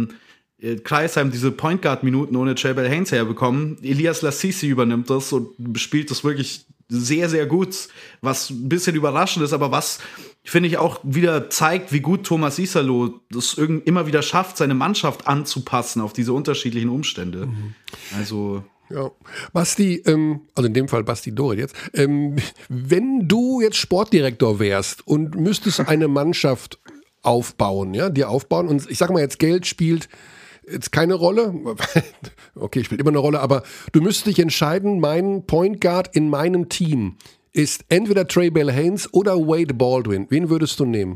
Kreisheim diese Point Guard Minuten ohne Trey Bell-Haynes herbekommen. Elias Lassisi übernimmt das und spielt das wirklich sehr, sehr gut, was ein bisschen überraschend ist, aber was, finde ich, auch wieder zeigt, wie gut Thomas Isalo das immer wieder schafft, seine Mannschaft anzupassen auf diese unterschiedlichen Umstände. Also ja, Basti, also in dem Fall Basti Doret jetzt, wenn du jetzt Sportdirektor wärst und müsstest eine Mannschaft aufbauen, und ich sag mal jetzt, Geld spielt jetzt keine Rolle, okay, spielt immer eine Rolle, aber du müsstest dich entscheiden, mein Point Guard in meinem Team ist entweder Trey Bell-Haynes oder Wade Baldwin. Wen würdest du nehmen?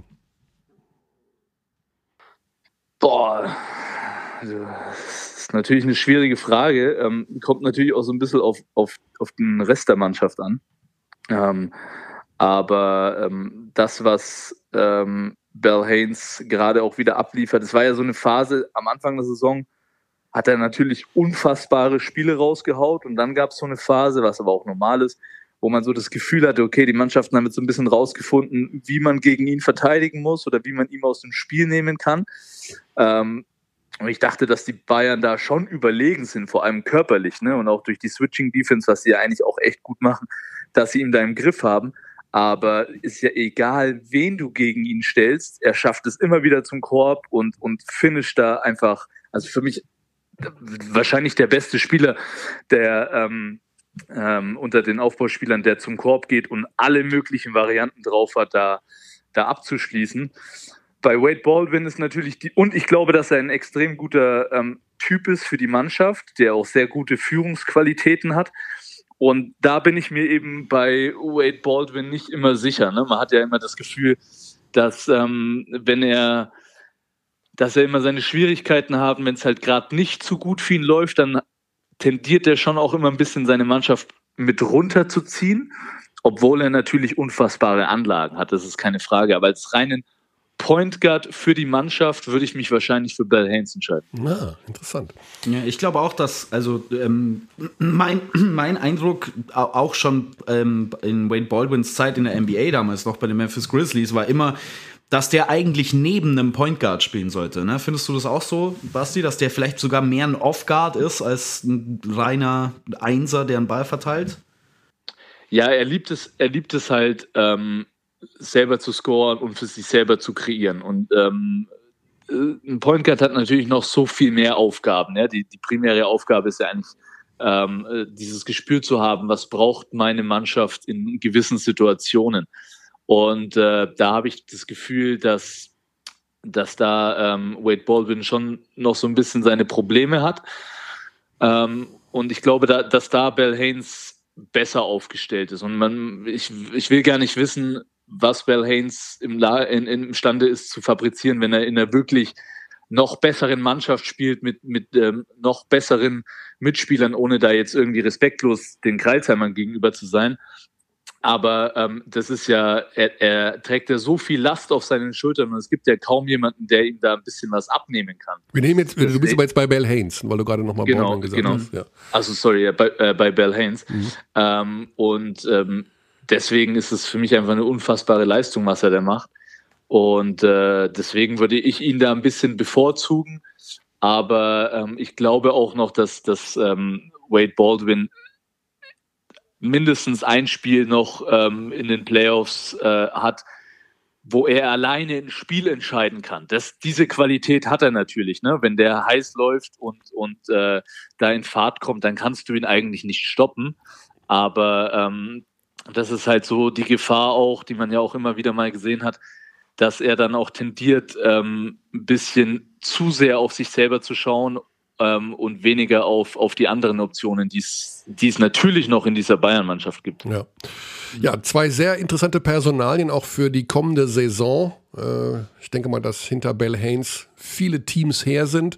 Boah, also, das ist natürlich eine schwierige Frage, kommt natürlich auch so ein bisschen auf den Rest der Mannschaft an, aber das, was Bell-Haynes gerade auch wieder abliefert. Es war ja so eine Phase am Anfang der Saison, hat er natürlich unfassbare Spiele rausgehaut und dann gab es so eine Phase, was aber auch normal ist, wo man so das Gefühl hatte, okay, die Mannschaften haben jetzt so ein bisschen rausgefunden, wie man gegen ihn verteidigen muss oder wie man ihn aus dem Spiel nehmen kann. Und ich dachte, dass die Bayern da schon überlegen sind, vor allem körperlich, ne? Und auch durch die Switching-Defense, was sie ja eigentlich auch echt gut machen, dass sie ihn da im Griff haben. Aber ist ja egal, wen du gegen ihn stellst, er schafft es immer wieder zum Korb und finisht da einfach, also für mich wahrscheinlich der beste Spieler, der unter den Aufbauspielern, der zum Korb geht und alle möglichen Varianten drauf hat, da abzuschließen. Bei Wade Baldwin ist natürlich und ich glaube, dass er ein extrem guter Typ ist für die Mannschaft, der auch sehr gute Führungsqualitäten hat. Und da bin ich mir eben bei Wade Baldwin nicht immer sicher. Ne? Man hat ja immer das Gefühl, dass dass er immer seine Schwierigkeiten hat, wenn es halt gerade nicht so gut für ihn läuft, dann tendiert er schon auch immer ein bisschen seine Mannschaft mit runterzuziehen, obwohl er natürlich unfassbare Anlagen hat, das ist keine Frage. Aber als reinen Point Guard für die Mannschaft würde ich mich wahrscheinlich für Bell-Haynes entscheiden. Ah, interessant. Ja, ich glaube auch, dass, also mein Eindruck auch schon in Wade Baldwins Zeit in der NBA damals noch bei den Memphis Grizzlies war immer, dass der eigentlich neben einem Point Guard spielen sollte. Ne? Findest du das auch so, Basti, dass der vielleicht sogar mehr ein Off-Guard ist als ein reiner Einser, der einen Ball verteilt? Ja, er liebt es halt, selber zu scoren und für sich selber zu kreieren. Und ein Point Guard hat natürlich noch so viel mehr Aufgaben. Ja? Die primäre Aufgabe ist ja eigentlich, dieses Gespür zu haben, was braucht meine Mannschaft in gewissen Situationen. Und da habe ich das Gefühl, dass da Wade Baldwin schon noch so ein bisschen seine Probleme hat. Und ich glaube, dass da Bell-Haynes besser aufgestellt ist. Und ich will gar nicht wissen, was Bell-Haynes imstande ist zu fabrizieren, wenn er in einer wirklich noch besseren Mannschaft spielt, mit noch besseren Mitspielern, ohne da jetzt irgendwie respektlos den Kreilsheimern gegenüber zu sein. Aber das ist ja, er trägt ja so viel Last auf seinen Schultern und es gibt ja kaum jemanden, der ihm da ein bisschen was abnehmen kann. Du bist aber jetzt bei Bell Haynes, weil du gerade nochmal Baldwin gesagt hast. Ja. Also sorry, bei Bell Haynes. Deswegen ist es für mich einfach eine unfassbare Leistung, was er da macht. Und deswegen würde ich ihn da ein bisschen bevorzugen. Aber ich glaube auch noch, dass Wade Baldwin mindestens ein Spiel noch in den Playoffs hat, wo er alleine ein Spiel entscheiden kann. Diese Qualität hat er natürlich. Ne? Wenn der heiß läuft und da in Fahrt kommt, dann kannst du ihn eigentlich nicht stoppen. Aber das ist halt so die Gefahr auch, die man ja auch immer wieder mal gesehen hat, dass er dann auch tendiert, ein bisschen zu sehr auf sich selber zu schauen und weniger auf die anderen Optionen, die es natürlich noch in dieser Bayern-Mannschaft gibt. Ja, zwei sehr interessante Personalien auch für die kommende Saison. Ich denke mal, dass hinter Bell Haynes viele Teams her sind.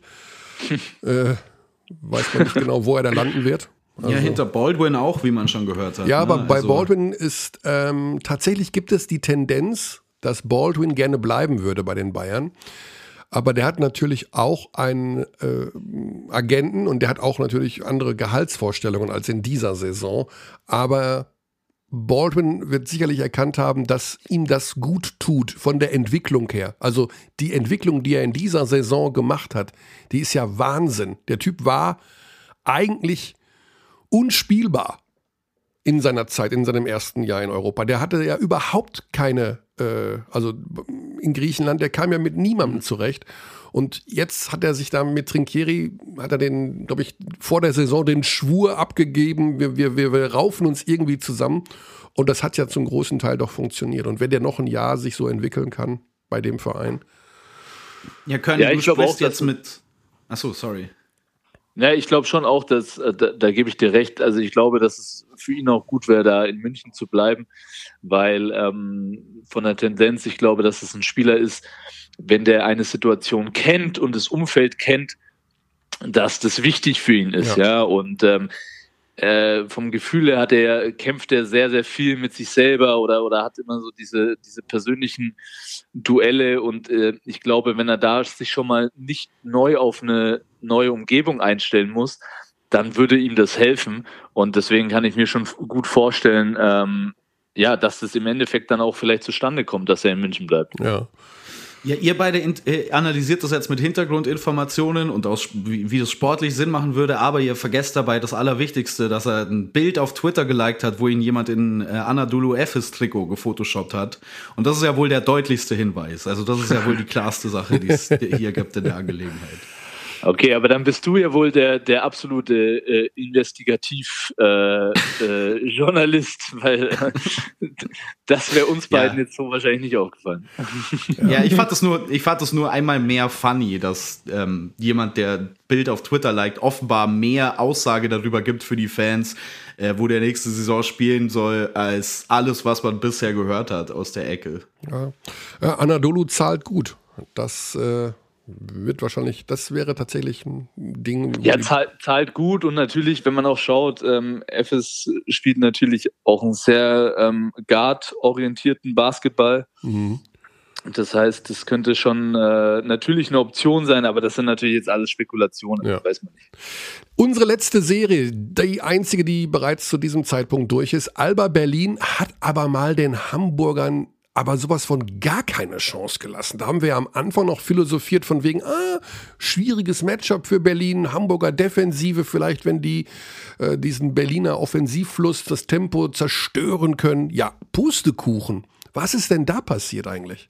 Weiß man nicht genau, wo er da landen wird. Also, ja, hinter Baldwin auch, wie man schon gehört hat. Ja, aber bei Baldwin ist tatsächlich gibt es die Tendenz, dass Baldwin gerne bleiben würde bei den Bayern. Aber der hat natürlich auch einen Agenten und der hat auch natürlich andere Gehaltsvorstellungen als in dieser Saison. Aber Baldwin wird sicherlich erkannt haben, dass ihm das gut tut von der Entwicklung her. Also die Entwicklung, die er in dieser Saison gemacht hat, die ist ja Wahnsinn. Der Typ war eigentlich unspielbar in seiner Zeit, in seinem ersten Jahr in Europa. Der hatte ja überhaupt keine, also in Griechenland, der kam ja mit niemandem zurecht. Und jetzt hat er sich da mit Trinchieri, hat er den, glaube ich, vor der Saison den Schwur abgegeben, wir raufen uns irgendwie zusammen. Und das hat ja zum großen Teil doch funktioniert. Und wenn der noch ein Jahr sich so entwickeln kann bei dem Verein. Ja, du sprichst jetzt mit... Achso, sorry. Ja, ich glaube schon auch, dass, da gebe ich dir recht, also ich glaube, dass es für ihn auch gut wäre, da in München zu bleiben, weil von der Tendenz, ich glaube, dass es ein Spieler ist, wenn der eine Situation kennt und das Umfeld kennt, dass das wichtig für ihn ist, ja, und vom Gefühl her kämpft er sehr, sehr viel mit sich selber oder hat immer so diese persönlichen Duelle und ich glaube, wenn er da sich schon mal nicht neu auf eine neue Umgebung einstellen muss, dann würde ihm das helfen und deswegen kann ich mir schon gut vorstellen, dass das im Endeffekt dann auch vielleicht zustande kommt, dass er in München bleibt. Ja, ihr beide analysiert das jetzt mit Hintergrundinformationen und wie das sportlich Sinn machen würde, aber ihr vergesst dabei das Allerwichtigste, dass er ein Bild auf Twitter geliked hat, wo ihn jemand in Anadolu Efes Trikot gefotoshoppt hat. Und das ist ja wohl der deutlichste Hinweis. Also das ist ja wohl die klarste Sache, die es hier gibt in der Angelegenheit. Okay, aber dann bist du ja wohl der absolute Investigativ-Journalist, weil das wäre uns beiden jetzt so wahrscheinlich nicht aufgefallen. Ja, ich fand das nur einmal mehr funny, dass jemand, der Bild auf Twitter liked, offenbar mehr Aussage darüber gibt für die Fans, wo der nächste Saison spielen soll, als alles, was man bisher gehört hat aus der Ecke. Ja, Anadolu zahlt gut. Das das wäre tatsächlich ein Ding. Ja, zahlt gut und natürlich, wenn man auch schaut, Efes spielt natürlich auch einen sehr guard-orientierten Basketball. Mhm. Das heißt, das könnte schon natürlich eine Option sein, aber das sind natürlich jetzt alles Spekulationen, weiß man nicht. Unsere letzte Serie, die einzige, die bereits zu diesem Zeitpunkt durch ist, Alba Berlin hat aber mal den Hamburgern aber sowas von gar keine Chance gelassen. Da haben wir ja am Anfang noch philosophiert von wegen, schwieriges Matchup für Berlin, Hamburger Defensive, vielleicht wenn die diesen Berliner Offensivfluss, das Tempo zerstören können. Ja, Pustekuchen. Was ist denn da passiert eigentlich?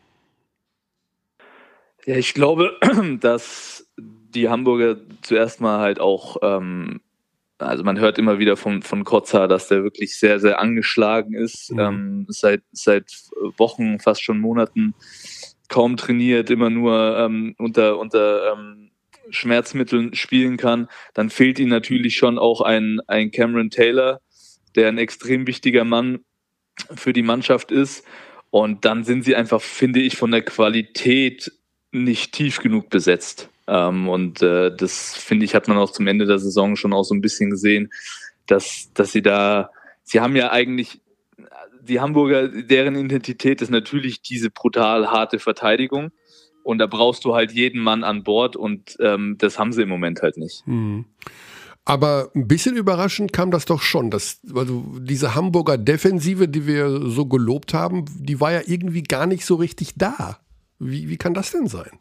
Ja, ich glaube, dass die Hamburger zuerst mal halt auch also man hört immer wieder von Kotzer, dass der wirklich sehr, sehr angeschlagen ist, seit Wochen, fast schon Monaten kaum trainiert, immer nur unter Schmerzmitteln spielen kann. Dann fehlt ihm natürlich schon auch ein Cameron Taylor, der ein extrem wichtiger Mann für die Mannschaft ist. Und dann sind sie einfach, finde ich, von der Qualität nicht tief genug besetzt. Und das, finde ich, hat man auch zum Ende der Saison schon auch so ein bisschen gesehen, dass sie haben ja eigentlich, die Hamburger, deren Identität ist natürlich diese brutal harte Verteidigung. Und da brauchst du halt jeden Mann an Bord und das haben sie im Moment halt nicht. Aber ein bisschen überraschend kam das doch schon. Also diese Hamburger Defensive, die wir so gelobt haben, die war ja irgendwie gar nicht so richtig da. Wie kann das denn sein?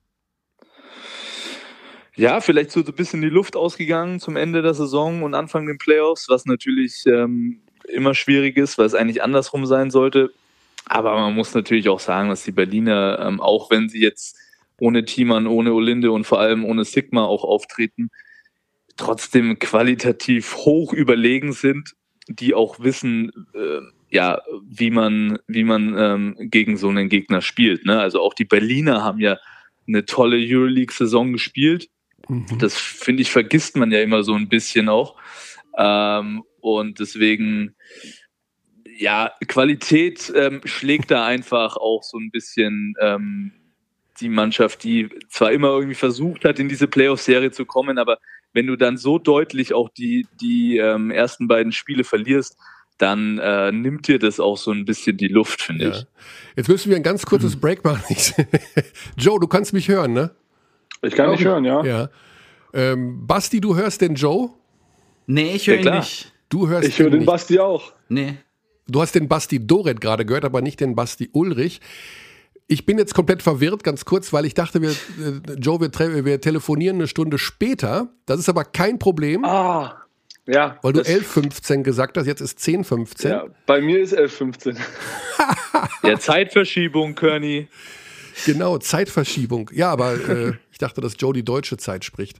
Ja, vielleicht so ein bisschen die Luft ausgegangen zum Ende der Saison und Anfang den Playoffs, was natürlich immer schwierig ist, weil es eigentlich andersrum sein sollte. Aber man muss natürlich auch sagen, dass die Berliner, auch wenn sie jetzt ohne Thiemann, ohne Olinde und vor allem ohne Sigma auch auftreten, trotzdem qualitativ hoch überlegen sind, die auch wissen, wie man gegen so einen Gegner spielt. Ne? Also auch die Berliner haben ja eine tolle Euroleague-Saison gespielt. Das, finde ich, vergisst man ja immer so ein bisschen auch. Und deswegen, ja, Qualität schlägt da einfach auch so ein bisschen die Mannschaft, die zwar immer irgendwie versucht hat, in diese Playoff-Serie zu kommen, aber wenn du dann so deutlich auch die ersten beiden Spiele verlierst, dann nimmt dir das auch so ein bisschen die Luft, finde ich. Jetzt müssen wir ein ganz kurzes Break machen. Joe, du kannst mich hören, ne? Ich kann dich hören, ja. Basti, du hörst den Joe? Nee, ich höre ihn nicht. Du hörst ich höre den Basti auch. Nee. Du hast den Basti Doret gerade gehört, aber nicht den Basti Ulrich. Ich bin jetzt komplett verwirrt, ganz kurz, weil ich dachte, Joe, wir telefonieren eine Stunde später. Das ist aber kein Problem. Ja. Weil du 11:15 gesagt hast, jetzt ist 10:15. Ja, bei mir ist 11:15. Ja, Zeitverschiebung, Körny. Genau, Zeitverschiebung. Ja, aber ich dachte, dass Joe die deutsche Zeit spricht.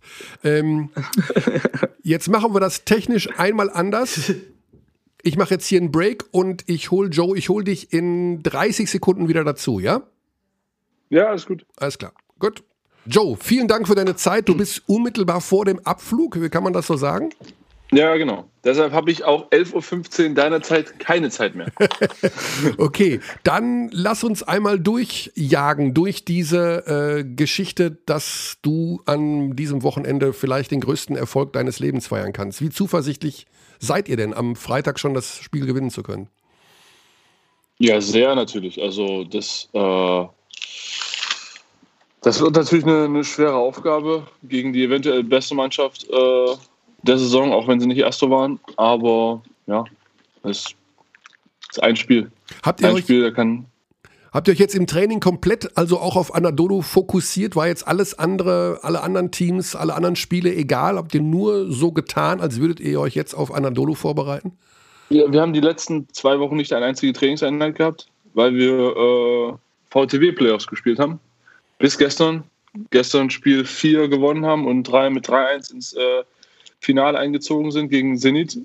Jetzt machen wir das technisch einmal anders. Ich mache jetzt hier einen Break und ich hole dich in 30 Sekunden wieder dazu, ja? Ja, alles gut. Alles klar, gut. Joe, vielen Dank für deine Zeit. Du bist unmittelbar vor dem Abflug, wie kann man das so sagen? Ja, genau. Deshalb habe ich auch 11:15 Uhr deiner Zeit keine Zeit mehr. Okay, dann lass uns einmal durchjagen durch diese Geschichte, dass du an diesem Wochenende vielleicht den größten Erfolg deines Lebens feiern kannst. Wie zuversichtlich seid ihr denn, am Freitag schon das Spiel gewinnen zu können? Ja, sehr natürlich. Also das wird natürlich eine schwere Aufgabe gegen die eventuell beste Mannschaft der Saison, auch wenn sie nicht Erste waren. Aber ja, es ist ein Spiel. Habt ihr euch jetzt im Training komplett, also auch auf Anadolu fokussiert? War jetzt alles andere, alle anderen Teams, alle anderen Spiele egal? Habt ihr nur so getan, als würdet ihr euch jetzt auf Anadolu vorbereiten? Ja, wir haben die letzten 2 Wochen nicht eine einzige Trainingseinheit gehabt, weil wir VTW-Playoffs gespielt haben. Bis gestern Spiel 4 gewonnen haben und mit 3-1 ins Finale eingezogen sind gegen Zenit.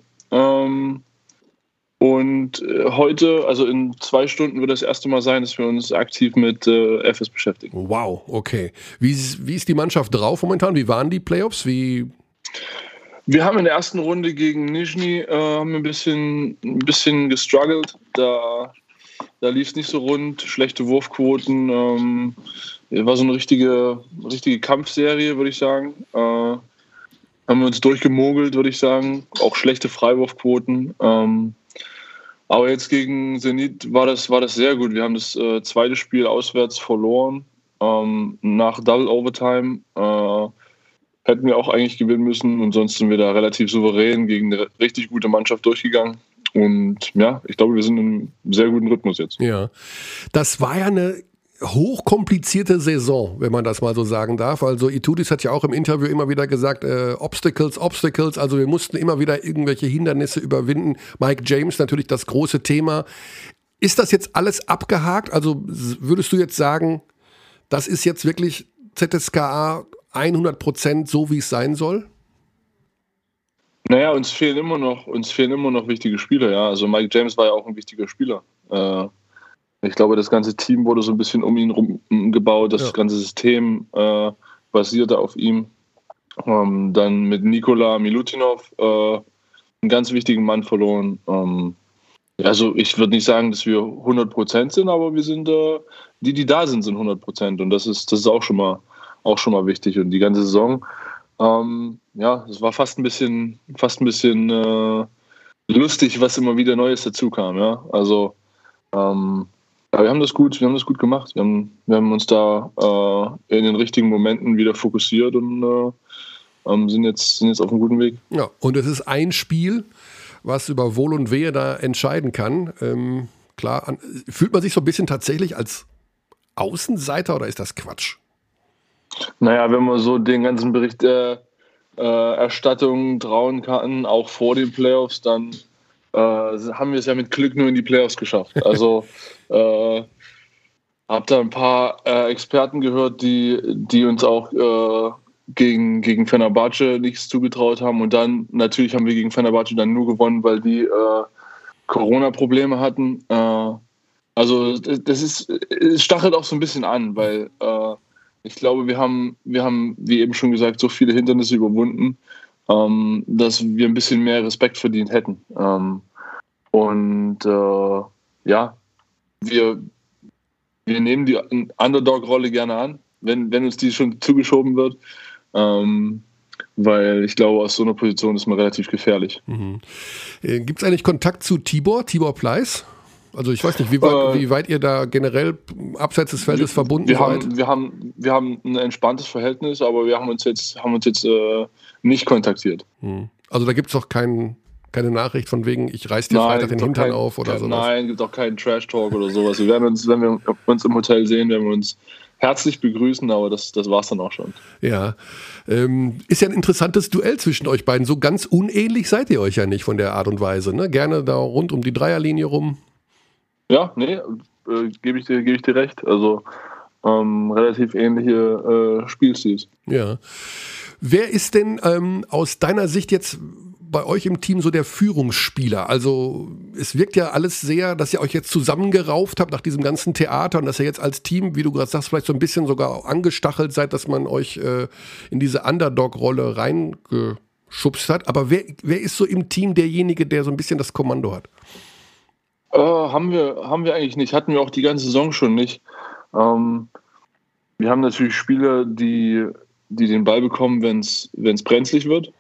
Und heute, also in 2 Stunden, wird das erste Mal sein, dass wir uns aktiv mit FS beschäftigen. Wow, okay. Wie ist die Mannschaft drauf momentan? Wie waren die Playoffs? Wir haben in der ersten Runde gegen Nizhny ein bisschen gestruggelt. Da lief es nicht so rund, schlechte Wurfquoten. War so eine richtige Kampfserie, würde ich sagen. Haben wir uns durchgemogelt, würde ich sagen. Auch schlechte Freiwurfquoten. Aber jetzt gegen Zenit war das sehr gut. Wir haben das zweite Spiel auswärts verloren. Nach Double Overtime hätten wir auch eigentlich gewinnen müssen. Und sonst sind wir da relativ souverän gegen eine richtig gute Mannschaft durchgegangen. Und ja, ich glaube, wir sind in einem sehr guten Rhythmus jetzt. Ja, das war ja eine hochkomplizierte Saison, wenn man das mal so sagen darf. Also Itoudis hat ja auch im Interview immer wieder gesagt, Obstacles, also wir mussten immer wieder irgendwelche Hindernisse überwinden. Mike James natürlich das große Thema. Ist das jetzt alles abgehakt? Also würdest du jetzt sagen, das ist jetzt wirklich ZSKA 100% so, wie es sein soll? Naja, uns fehlen immer noch wichtige Spieler, ja. Also Mike James war ja auch ein wichtiger Spieler. Ich glaube, das ganze Team wurde so ein bisschen um ihn rum gebaut. Das ganze System basierte auf ihm. Dann mit Nikola Milutinov einen ganz wichtigen Mann verloren. Also ich würde nicht sagen, dass wir 100% sind, aber wir sind, die da sind 100%. Und das ist auch schon mal wichtig. Und die ganze Saison, es war fast ein bisschen lustig, was immer wieder Neues dazu kam. Ja? Also aber wir haben das gut gemacht. Wir haben uns da in den richtigen Momenten wieder fokussiert und sind jetzt auf einem guten Weg. Ja, und es ist ein Spiel, was über Wohl und Wehe da entscheiden kann. Klar, fühlt man sich so ein bisschen tatsächlich als Außenseiter oder ist das Quatsch? Naja, wenn man so den ganzen Berichterstattung trauen kann, auch vor den Playoffs, dann haben wir es ja mit Glück nur in die Playoffs geschafft. Also habe da ein paar Experten gehört, die uns auch gegen Fenerbahce nichts zugetraut haben. Und dann natürlich haben wir gegen Fenerbahce dann nur gewonnen, weil die Corona-Probleme hatten. Also es stachelt auch so ein bisschen an, weil ich glaube, wir haben, wie eben schon gesagt, so viele Hindernisse überwunden, dass wir ein bisschen mehr Respekt verdient hätten. Wir nehmen die Underdog-Rolle gerne an, wenn uns die schon zugeschoben wird, weil ich glaube, aus so einer Position ist man relativ gefährlich. Mhm. Gibt es eigentlich Kontakt zu Tibor Pleiss? Also ich weiß nicht, wie weit ihr da generell abseits des Feldes verbunden seid? Wir haben ein entspanntes Verhältnis, aber wir haben uns jetzt nicht kontaktiert. Also da gibt es doch keine Nachricht von wegen, ich reiß dir Freitag den Hintern auf oder sowas? Nein, gibt auch keinen Trash-Talk oder sowas. Wir werden uns, wenn wir uns im Hotel sehen, werden wir uns herzlich begrüßen, aber das war's dann auch schon. Ja, ist ja ein interessantes Duell zwischen euch beiden. So ganz unähnlich seid ihr euch ja nicht von der Art und Weise, ne? Gerne da rund um die Dreierlinie rum. Ja, nee, gebe ich dir recht. Also relativ ähnliche Spielstils. Ja. Wer ist denn aus deiner Sicht jetzt bei euch im Team so der Führungsspieler? Also es wirkt ja alles sehr, dass ihr euch jetzt zusammengerauft habt nach diesem ganzen Theater und dass ihr jetzt als Team, wie du gerade sagst, vielleicht so ein bisschen sogar angestachelt seid, dass man euch in diese Underdog-Rolle reingeschubst hat. Aber wer ist so im Team derjenige, der so ein bisschen das Kommando hat? Haben wir eigentlich nicht. Hatten wir auch die ganze Saison schon nicht. Wir haben natürlich Spieler, die den Ball bekommen, wenn es brenzlig wird.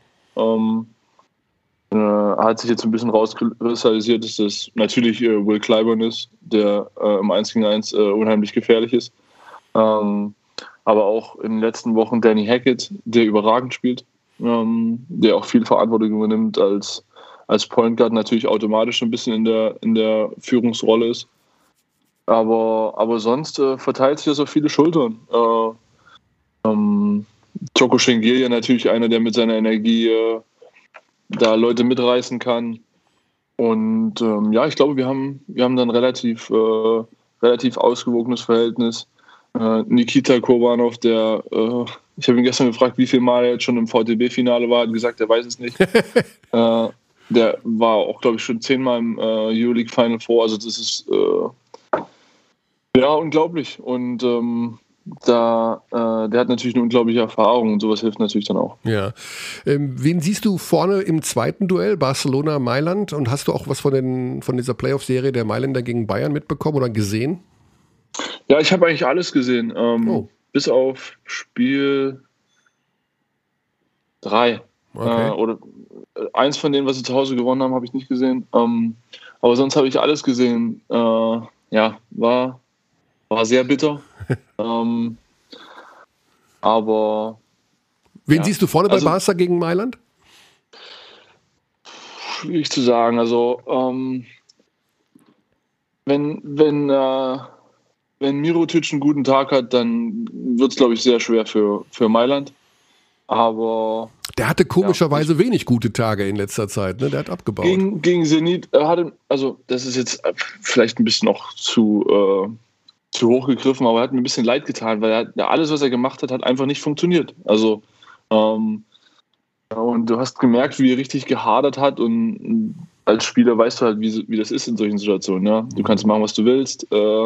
Hat sich jetzt ein bisschen rauskristallisiert, dass das natürlich Will Clyburn ist, der im 1 gegen 1 unheimlich gefährlich ist. Aber auch in den letzten Wochen Danny Hackett, der überragend spielt, der auch viel Verantwortung übernimmt als Point Guard, natürlich automatisch ein bisschen in der Führungsrolle ist. Aber sonst verteilt sich das auf viele Schultern. Joko Schengelia natürlich einer, der mit seiner Energie da Leute mitreißen kann. Und ich glaube, wir haben dann relativ ausgewogenes Verhältnis. Nikita Kurbanov, der ich habe ihn gestern gefragt, wie viel Mal er jetzt schon im VTB-Finale war, hat gesagt, er weiß es nicht. Der war auch, glaube ich, schon 10-mal im Euroleague Final Four. Also das ist unglaublich. Und der hat natürlich eine unglaubliche Erfahrung und sowas hilft natürlich dann auch. Ja. Wen siehst du vorne im zweiten Duell, Barcelona-Mailand? Und hast du auch was von dieser Playoff-Serie der Mailänder gegen Bayern mitbekommen oder gesehen? Ja, ich habe eigentlich alles gesehen. Bis auf Spiel 3. Okay. Oder eins von denen, was sie zu Hause gewonnen haben, habe ich nicht gesehen. Aber sonst habe ich alles gesehen. War sehr bitter. Aber wen siehst du vorne bei Barca gegen Mailand? Schwierig zu sagen. Also wenn Mirotic einen guten Tag hat, dann wird es, glaube ich, sehr schwer für Mailand. Aber der hatte komischerweise wenig gute Tage in letzter Zeit, ne? Der hat abgebaut. Gegen Zenit das ist jetzt vielleicht ein bisschen noch zu hoch gegriffen, aber er hat mir ein bisschen leid getan, weil alles, was er gemacht hat, hat einfach nicht funktioniert. Also und du hast gemerkt, wie er richtig gehadert hat, und als Spieler weißt du halt, wie das ist in solchen Situationen. Ja? Du kannst machen, was du willst.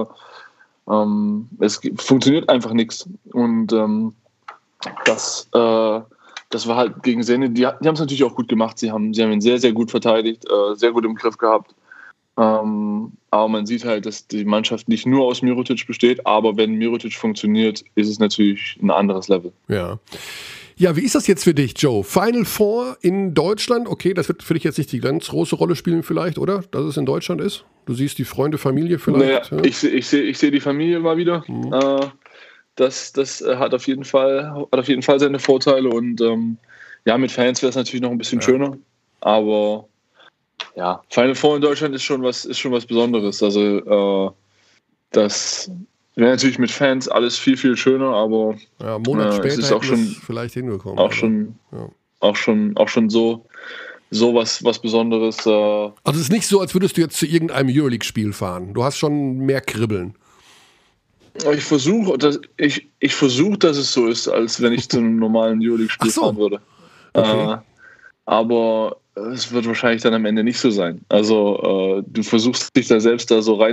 Es funktioniert einfach nichts. Und das war halt gegen Zenit. Die haben es natürlich auch gut gemacht. Sie haben ihn sehr, sehr gut verteidigt, sehr gut im Griff gehabt. Aber man sieht halt, dass die Mannschaft nicht nur aus Mirotic besteht, aber wenn Mirotic funktioniert, ist es natürlich ein anderes Level. Ja. Ja, wie ist das jetzt für dich, Joe? Final Four in Deutschland, okay, das wird für dich jetzt nicht die ganz große Rolle spielen vielleicht, oder? Dass es in Deutschland ist? Du siehst die Freunde, Familie vielleicht? Naja, ja. Ich seh die Familie mal wieder. Das hat auf jeden Fall seine Vorteile und mit Fans wäre es natürlich noch ein bisschen schöner, aber ja, Final Four in Deutschland ist schon was Besonderes. Also das wäre natürlich mit Fans alles viel, viel schöner, aber einen Monat später ist auch schon vielleicht hingekommen. Auch schon so was Besonderes. Also es ist nicht so, als würdest du jetzt zu irgendeinem Euroleague-Spiel fahren. Du hast schon mehr Kribbeln. Ich versuche, dass es so ist, als wenn ich zu einem normalen Euroleague-Spiel fahren würde. Okay. Aber es wird wahrscheinlich dann am Ende nicht so sein. Also du versuchst dich da selbst da so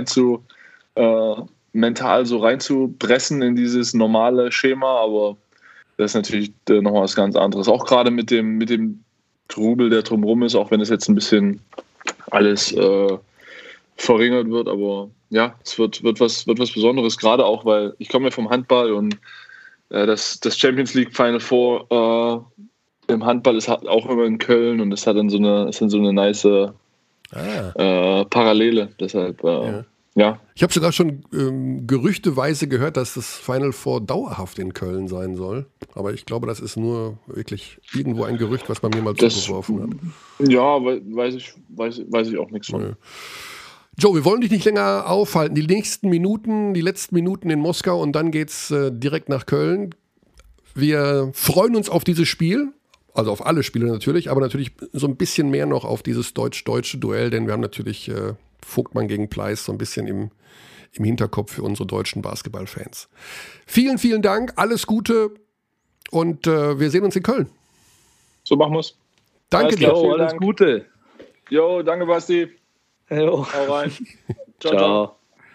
mental so reinzupressen in dieses normale Schema, aber das ist natürlich nochmal was ganz anderes. Auch gerade mit dem Trubel, der drumherum ist, auch wenn es jetzt ein bisschen alles verringert wird, aber ja, es wird was Besonderes, gerade auch, weil ich komme ja vom Handball und das Champions League Final Four im Handball ist auch immer in Köln und es hat dann so eine nice Parallele. Deshalb, ja. Ich habe sogar schon gerüchteweise gehört, dass das Final Four dauerhaft in Köln sein soll. Aber ich glaube, das ist nur wirklich irgendwo ein Gerücht, was man mir mal zugeworfen hat. Ja, weiß ich auch nichts von. Joe, wir wollen dich nicht länger aufhalten. Die letzten Minuten in Moskau und dann geht's direkt nach Köln. Wir freuen uns auf dieses Spiel. Also auf alle Spiele natürlich, aber natürlich so ein bisschen mehr noch auf dieses deutsch-deutsche Duell, denn wir haben natürlich Vogtmann gegen Pleiss so ein bisschen im Hinterkopf für unsere deutschen Basketballfans. Vielen, vielen Dank, alles Gute und wir sehen uns in Köln. So machen wir's. Danke dir. Alles Gute. Jo, danke Basti. Jo. Hau rein. Ciao.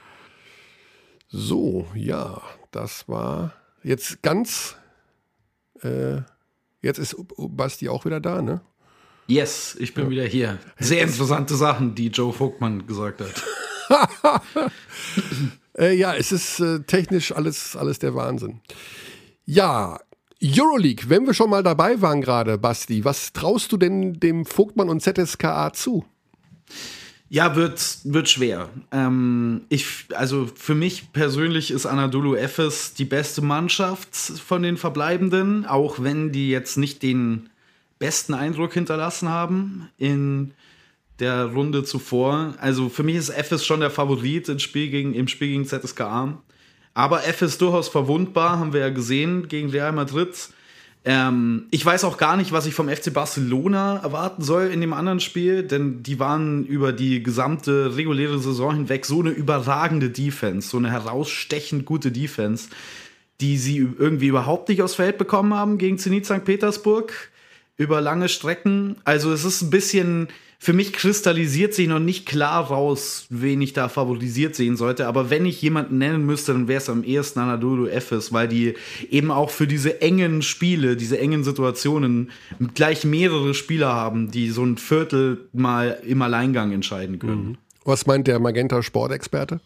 So, ja, das war jetzt ganz... Jetzt ist Basti auch wieder da, ne? Yes, ich bin wieder hier. Sehr interessante Sachen, die Joe Vogtmann gesagt hat. Ja, es ist technisch alles der Wahnsinn. Ja, Euroleague, wenn wir schon mal dabei waren gerade, Basti, was traust du denn dem Vogtmann und ZSKA zu? Ja, wird schwer. Also für mich persönlich ist Anadolu Efes die beste Mannschaft von den Verbleibenden, auch wenn die jetzt nicht den besten Eindruck hinterlassen haben in der Runde zuvor. Also für mich ist Efes schon der Favorit im Spiel gegen ZSKA. Aber Efes durchaus verwundbar, haben wir ja gesehen, gegen Real Madrid. Ich weiß auch gar nicht, was ich vom FC Barcelona erwarten soll in dem anderen Spiel, denn die waren über die gesamte reguläre Saison hinweg so eine überragende Defense, so eine herausstechend gute Defense, die sie irgendwie überhaupt nicht aufs Feld bekommen haben gegen Zenit St. Petersburg über lange Strecken. Also es ist ein bisschen, für mich kristallisiert sich noch nicht klar raus, wen ich da favorisiert sehen sollte. Aber wenn ich jemanden nennen müsste, dann wäre es am ehesten Anadolu Efes, weil die eben auch für diese engen Spiele, diese engen Situationen gleich mehrere Spieler haben, die so ein Viertel mal im Alleingang entscheiden können. Mhm. Was meint der Magenta Sportexperte?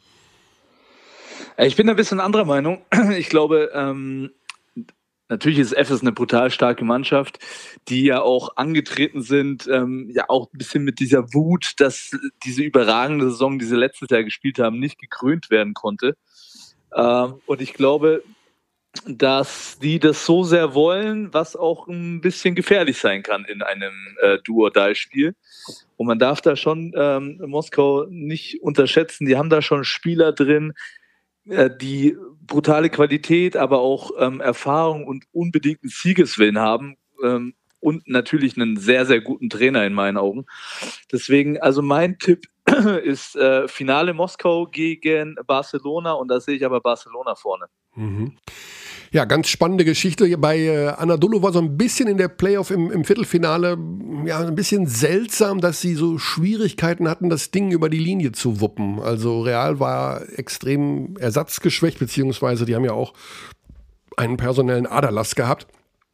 Ich bin ein bisschen anderer Meinung. Ich glaube, natürlich ist Efes eine brutal starke Mannschaft, die ja auch angetreten sind, ja auch ein bisschen mit dieser Wut, dass diese überragende Saison, die sie letztes Jahr gespielt haben, nicht gekrönt werden konnte. Und ich glaube, dass die das so sehr wollen, was auch ein bisschen gefährlich sein kann in einem Do-or-Die-Spiel. Und man darf da schon Moskau nicht unterschätzen. Die haben da schon Spieler drin, die brutale Qualität, aber auch Erfahrung und unbedingten Siegeswillen haben und natürlich einen sehr, sehr guten Trainer in meinen Augen. Deswegen, also mein Tipp ist Finale Moskau gegen Barcelona und da sehe ich aber Barcelona vorne. Mhm. Ja, ganz spannende Geschichte. Bei Anadolu war so ein bisschen in der Playoff im Viertelfinale ja ein bisschen seltsam, dass sie so Schwierigkeiten hatten, das Ding über die Linie zu wuppen. Also Real war extrem ersatzgeschwächt, beziehungsweise die haben ja auch einen personellen Aderlass gehabt.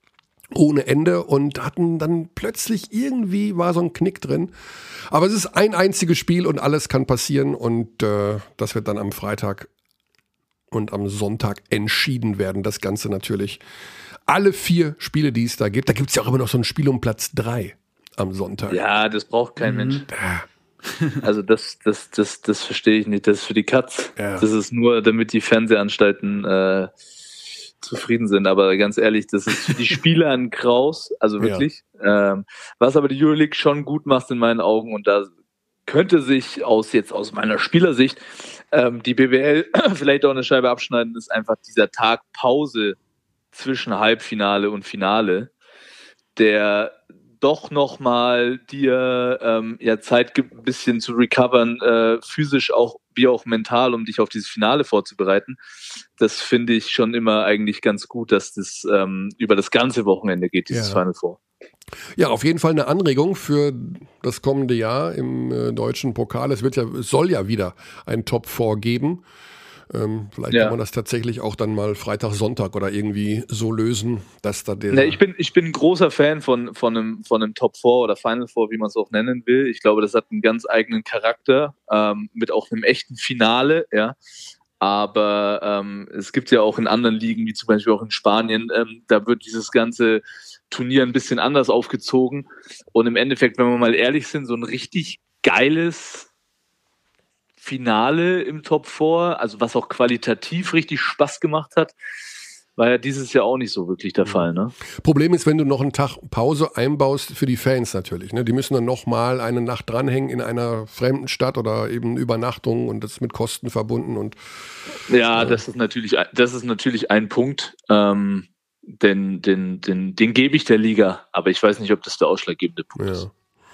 ohne Ende und hatten dann plötzlich irgendwie war so ein Knick drin. Aber es ist ein einziges Spiel und alles kann passieren und das wird dann am Freitag und am Sonntag entschieden werden. Das Ganze natürlich. Alle 4 Spiele, die es da gibt. Da gibt es ja auch immer noch so ein Spiel um Platz 3 am Sonntag. Ja, das braucht kein Mensch. Also das verstehe ich nicht. Das ist für die Katz. Ja. Das ist nur, damit die Fernsehanstalten zufrieden sind. Aber ganz ehrlich, das ist für die Spieler ein Kraus. Also wirklich. Ja. Was aber die Euroleague schon gut macht in meinen Augen, und da könnte sich aus meiner Spielersicht die BBL vielleicht auch eine Scheibe abschneiden, ist einfach dieser Tag Pause zwischen Halbfinale und Finale, der doch nochmal dir Zeit gibt, ein bisschen zu recovern, physisch auch wie auch mental, um dich auf dieses Finale vorzubereiten. Das finde ich schon immer eigentlich ganz gut, dass das über das ganze Wochenende geht, dieses Final Four. Ja, auf jeden Fall eine Anregung für das kommende Jahr im deutschen Pokal. Es soll ja wieder ein Top 4 geben. Vielleicht kann man das tatsächlich auch dann mal Freitag, Sonntag oder irgendwie so lösen, dass da der... Ich bin ein großer Fan von einem Top 4 oder Final Four, wie man es auch nennen will. Ich glaube, das hat einen ganz eigenen Charakter, mit auch einem echten Finale, ja. Aber es gibt ja auch in anderen Ligen, wie zum Beispiel auch in Spanien, da wird dieses ganze Turnier ein bisschen anders aufgezogen. Und im Endeffekt, wenn wir mal ehrlich sind, so ein richtig geiles Finale im Top 4, also was auch qualitativ richtig Spaß gemacht hat, war ja dieses Jahr auch nicht so wirklich der Fall. Ne? Problem ist, wenn du noch einen Tag Pause einbaust für die Fans natürlich. Ne? Die müssen dann nochmal eine Nacht dranhängen in einer fremden Stadt oder eben Übernachtung und das ist mit Kosten verbunden. Und das ist natürlich ein Punkt, den gebe ich der Liga, aber ich weiß nicht, ob das der ausschlaggebende Punkt ist.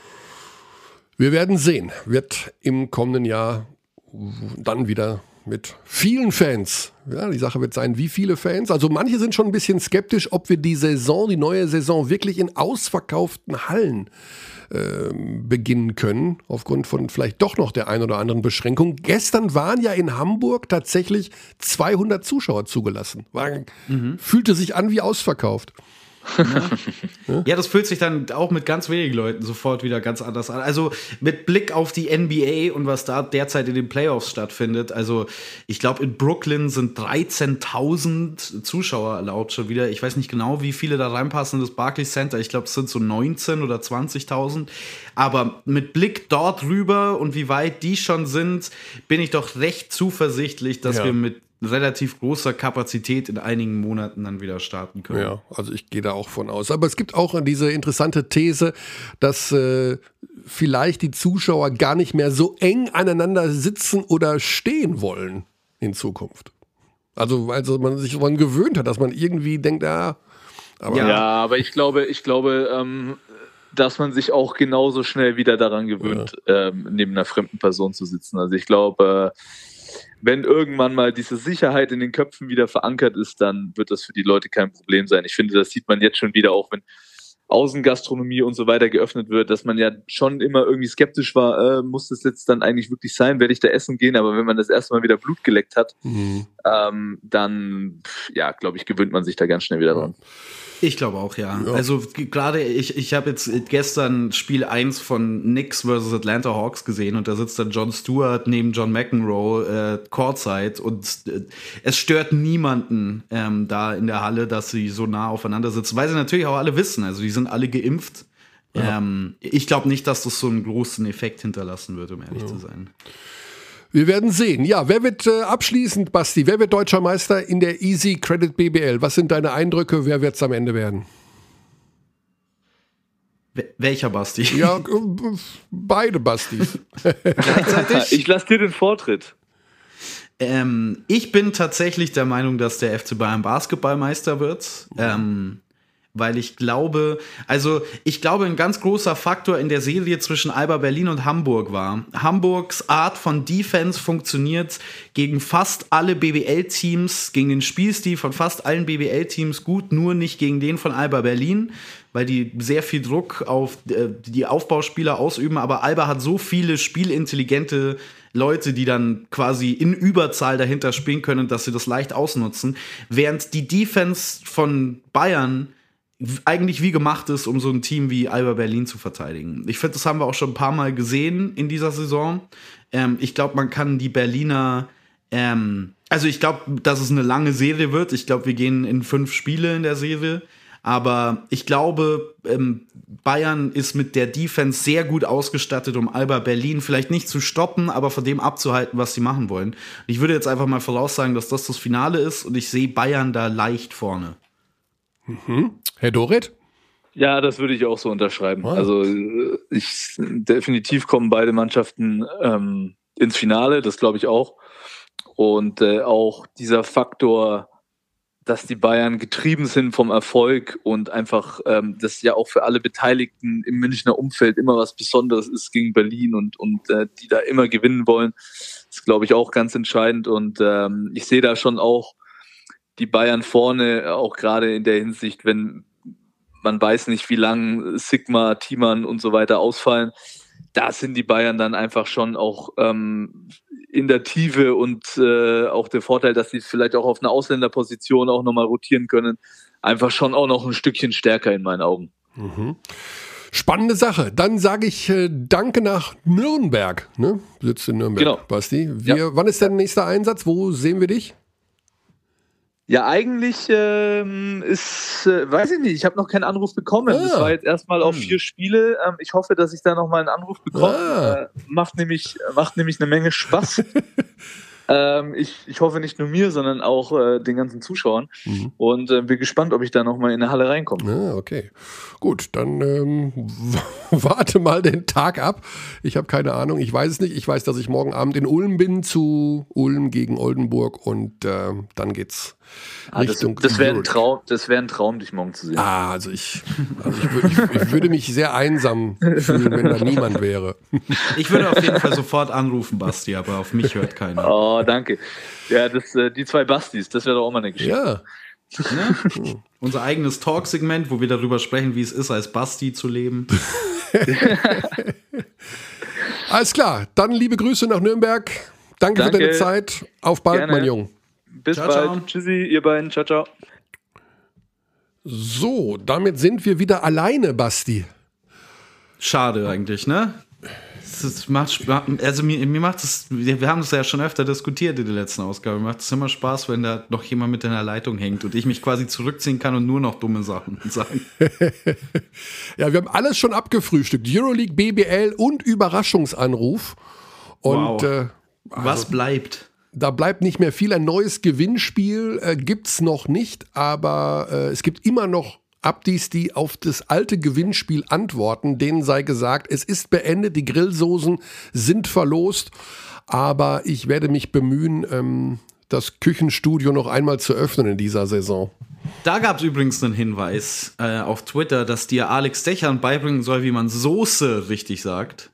Wir werden sehen. Wird im kommenden Jahr dann wieder mit vielen Fans. Ja, die Sache wird sein, wie viele Fans. Also manche sind schon ein bisschen skeptisch, ob wir die neue Saison wirklich in ausverkauften Hallen beginnen können, aufgrund von vielleicht doch noch der ein oder anderen Beschränkung. Gestern waren ja in Hamburg tatsächlich 200 Zuschauer zugelassen. Fühlte sich an wie ausverkauft. Ja, das fühlt sich dann auch mit ganz wenigen Leuten sofort wieder ganz anders an. Also mit Blick auf die NBA und was da derzeit in den Playoffs stattfindet. Also ich glaube, in Brooklyn sind 13.000 Zuschauer erlaubt schon wieder. Ich weiß nicht genau, wie viele da reinpassen in das Barclays Center. Ich glaube, es sind so 19 oder 20.000. Aber mit Blick dort rüber und wie weit die schon sind, bin ich doch recht zuversichtlich, dass wir mit relativ großer Kapazität in einigen Monaten dann wieder starten können. Ja, also ich gehe da auch von aus. Aber es gibt auch diese interessante These, dass vielleicht die Zuschauer gar nicht mehr so eng aneinander sitzen oder stehen wollen in Zukunft. Also man sich daran gewöhnt hat, dass man irgendwie denkt, aber ich glaube, dass man sich auch genauso schnell wieder daran gewöhnt, neben einer fremden Person zu sitzen. Also ich glaube, wenn irgendwann mal diese Sicherheit in den Köpfen wieder verankert ist, dann wird das für die Leute kein Problem sein. Ich finde, das sieht man jetzt schon wieder, auch wenn Außengastronomie und so weiter geöffnet wird, dass man ja schon immer irgendwie skeptisch war, muss das jetzt dann eigentlich wirklich sein, werde ich da essen gehen? Aber wenn man das erste Mal wieder Blut geleckt hat, dann, glaube ich, gewöhnt man sich da ganz schnell wieder dran. Ich glaube auch, ja. Also gerade ich habe jetzt gestern Spiel 1 von Knicks vs. Atlanta Hawks gesehen und da sitzt dann Jon Stewart neben John McEnroe courtside und es stört niemanden da in der Halle, dass sie so nah aufeinander sitzen, weil sie natürlich auch alle wissen, also die sind alle geimpft. Ja. Ich glaube nicht, dass das so einen großen Effekt hinterlassen wird, um ehrlich zu sein. Wir werden sehen. Ja, wer wird abschließend, Basti, wer wird deutscher Meister in der Easy Credit BBL? Was sind deine Eindrücke? Wer wird es am Ende werden? Welcher Basti? Ja, beide Bastis. Gleichzeitig? Ich lasse dir den Vortritt. Ich bin tatsächlich der Meinung, dass der FC Bayern Basketballmeister wird. Weil ich glaube, ein ganz großer Faktor in der Serie zwischen Alba Berlin und Hamburg war. Hamburgs Art von Defense funktioniert gegen fast alle BBL-Teams, gegen den Spielstil von fast allen BBL-Teams gut, nur nicht gegen den von Alba Berlin, weil die sehr viel Druck auf die Aufbauspieler ausüben. Aber Alba hat so viele spielintelligente Leute, die dann quasi in Überzahl dahinter spielen können, dass sie das leicht ausnutzen. Während die Defense von Bayern eigentlich wie gemacht ist, um so ein Team wie Alba Berlin zu verteidigen. Ich finde, das haben wir auch schon ein paar Mal gesehen in dieser Saison. Ich glaube, man kann die Berliner, also ich glaube, dass es eine lange Serie wird. Ich glaube, wir gehen in 5 Spiele in der Serie. Aber ich glaube, Bayern ist mit der Defense sehr gut ausgestattet, um Alba Berlin vielleicht nicht zu stoppen, aber von dem abzuhalten, was sie machen wollen. Ich würde jetzt einfach mal voraussagen, dass das Finale ist und ich sehe Bayern da leicht vorne. Mhm. Herr Doret? Ja, das würde ich auch so unterschreiben. Also definitiv kommen beide Mannschaften ins Finale, das glaube ich auch. Und auch dieser Faktor, dass die Bayern getrieben sind vom Erfolg und einfach das ja auch für alle Beteiligten im Münchner Umfeld immer was Besonderes ist gegen Berlin und die da immer gewinnen wollen, ist, glaube ich, auch ganz entscheidend. Und ich sehe da schon auch die Bayern vorne, auch gerade in der Hinsicht, wenn man weiß nicht, wie lang Sigma, Thiemann und so weiter ausfallen, da sind die Bayern dann einfach schon auch in der Tiefe und auch der Vorteil, dass sie vielleicht auch auf einer Ausländerposition auch nochmal rotieren können, einfach schon auch noch ein Stückchen stärker in meinen Augen. Mhm. Spannende Sache. Dann sage ich danke nach Nürnberg. Ne? Du sitzt in Nürnberg, genau. Basti. Wann ist der nächste Einsatz? Wo sehen wir dich? Ja, eigentlich weiß ich nicht, ich habe noch keinen Anruf bekommen. Es war jetzt erstmal auf 4 Spiele. Ich hoffe, dass ich da nochmal einen Anruf bekomme. Macht nämlich eine Menge Spaß. Ich hoffe nicht nur mir, sondern auch den ganzen Zuschauern. Mhm. Und bin gespannt, ob ich da nochmal in eine Halle reinkomme. Ja, okay. Gut, dann warte mal den Tag ab. Ich habe keine Ahnung, ich weiß es nicht. Ich weiß, dass ich morgen Abend in Ulm bin, zu Ulm gegen Oldenburg und dann geht's Richtung... Das wäre ein Traum, dich morgen zu sehen. Also ich würde mich sehr einsam fühlen, wenn da niemand wäre. Ich würde auf jeden Fall sofort anrufen, Basti, aber auf mich hört keiner. Oh, danke. Ja, die 2 Bastis, das wäre doch auch mal eine Geschichte. Ja. Ne? Unser eigenes Talk-Segment, wo wir darüber sprechen, wie es ist, als Basti zu leben. Alles klar, dann liebe Grüße nach Nürnberg. Danke für deine Zeit. Auf bald, Gerne. Mein Junge. Bis bald. Ciao. Tschüssi, ihr beiden. Ciao, ciao. So, damit sind wir wieder alleine, Basti. Schade eigentlich, ne? Das macht Spaß. Also mir macht es, wir haben das ja schon öfter diskutiert in der letzten Ausgabe, mir macht es immer Spaß, wenn da noch jemand mit in der Leitung hängt und ich mich quasi zurückziehen kann und nur noch dumme Sachen sagen. Ja, wir haben alles schon abgefrühstückt. Euroleague, BBL und Überraschungsanruf. Und wow. Was bleibt? Da bleibt nicht mehr viel. Ein neues Gewinnspiel gibt's noch nicht, aber es gibt immer noch Abdis, die auf das alte Gewinnspiel antworten. Denen sei gesagt, es ist beendet, die Grillsoßen sind verlost, aber ich werde mich bemühen, das Küchenstudio noch einmal zu öffnen in dieser Saison. Da gab es übrigens einen Hinweis auf Twitter, dass dir Alex Dechern beibringen soll, wie man Soße richtig sagt.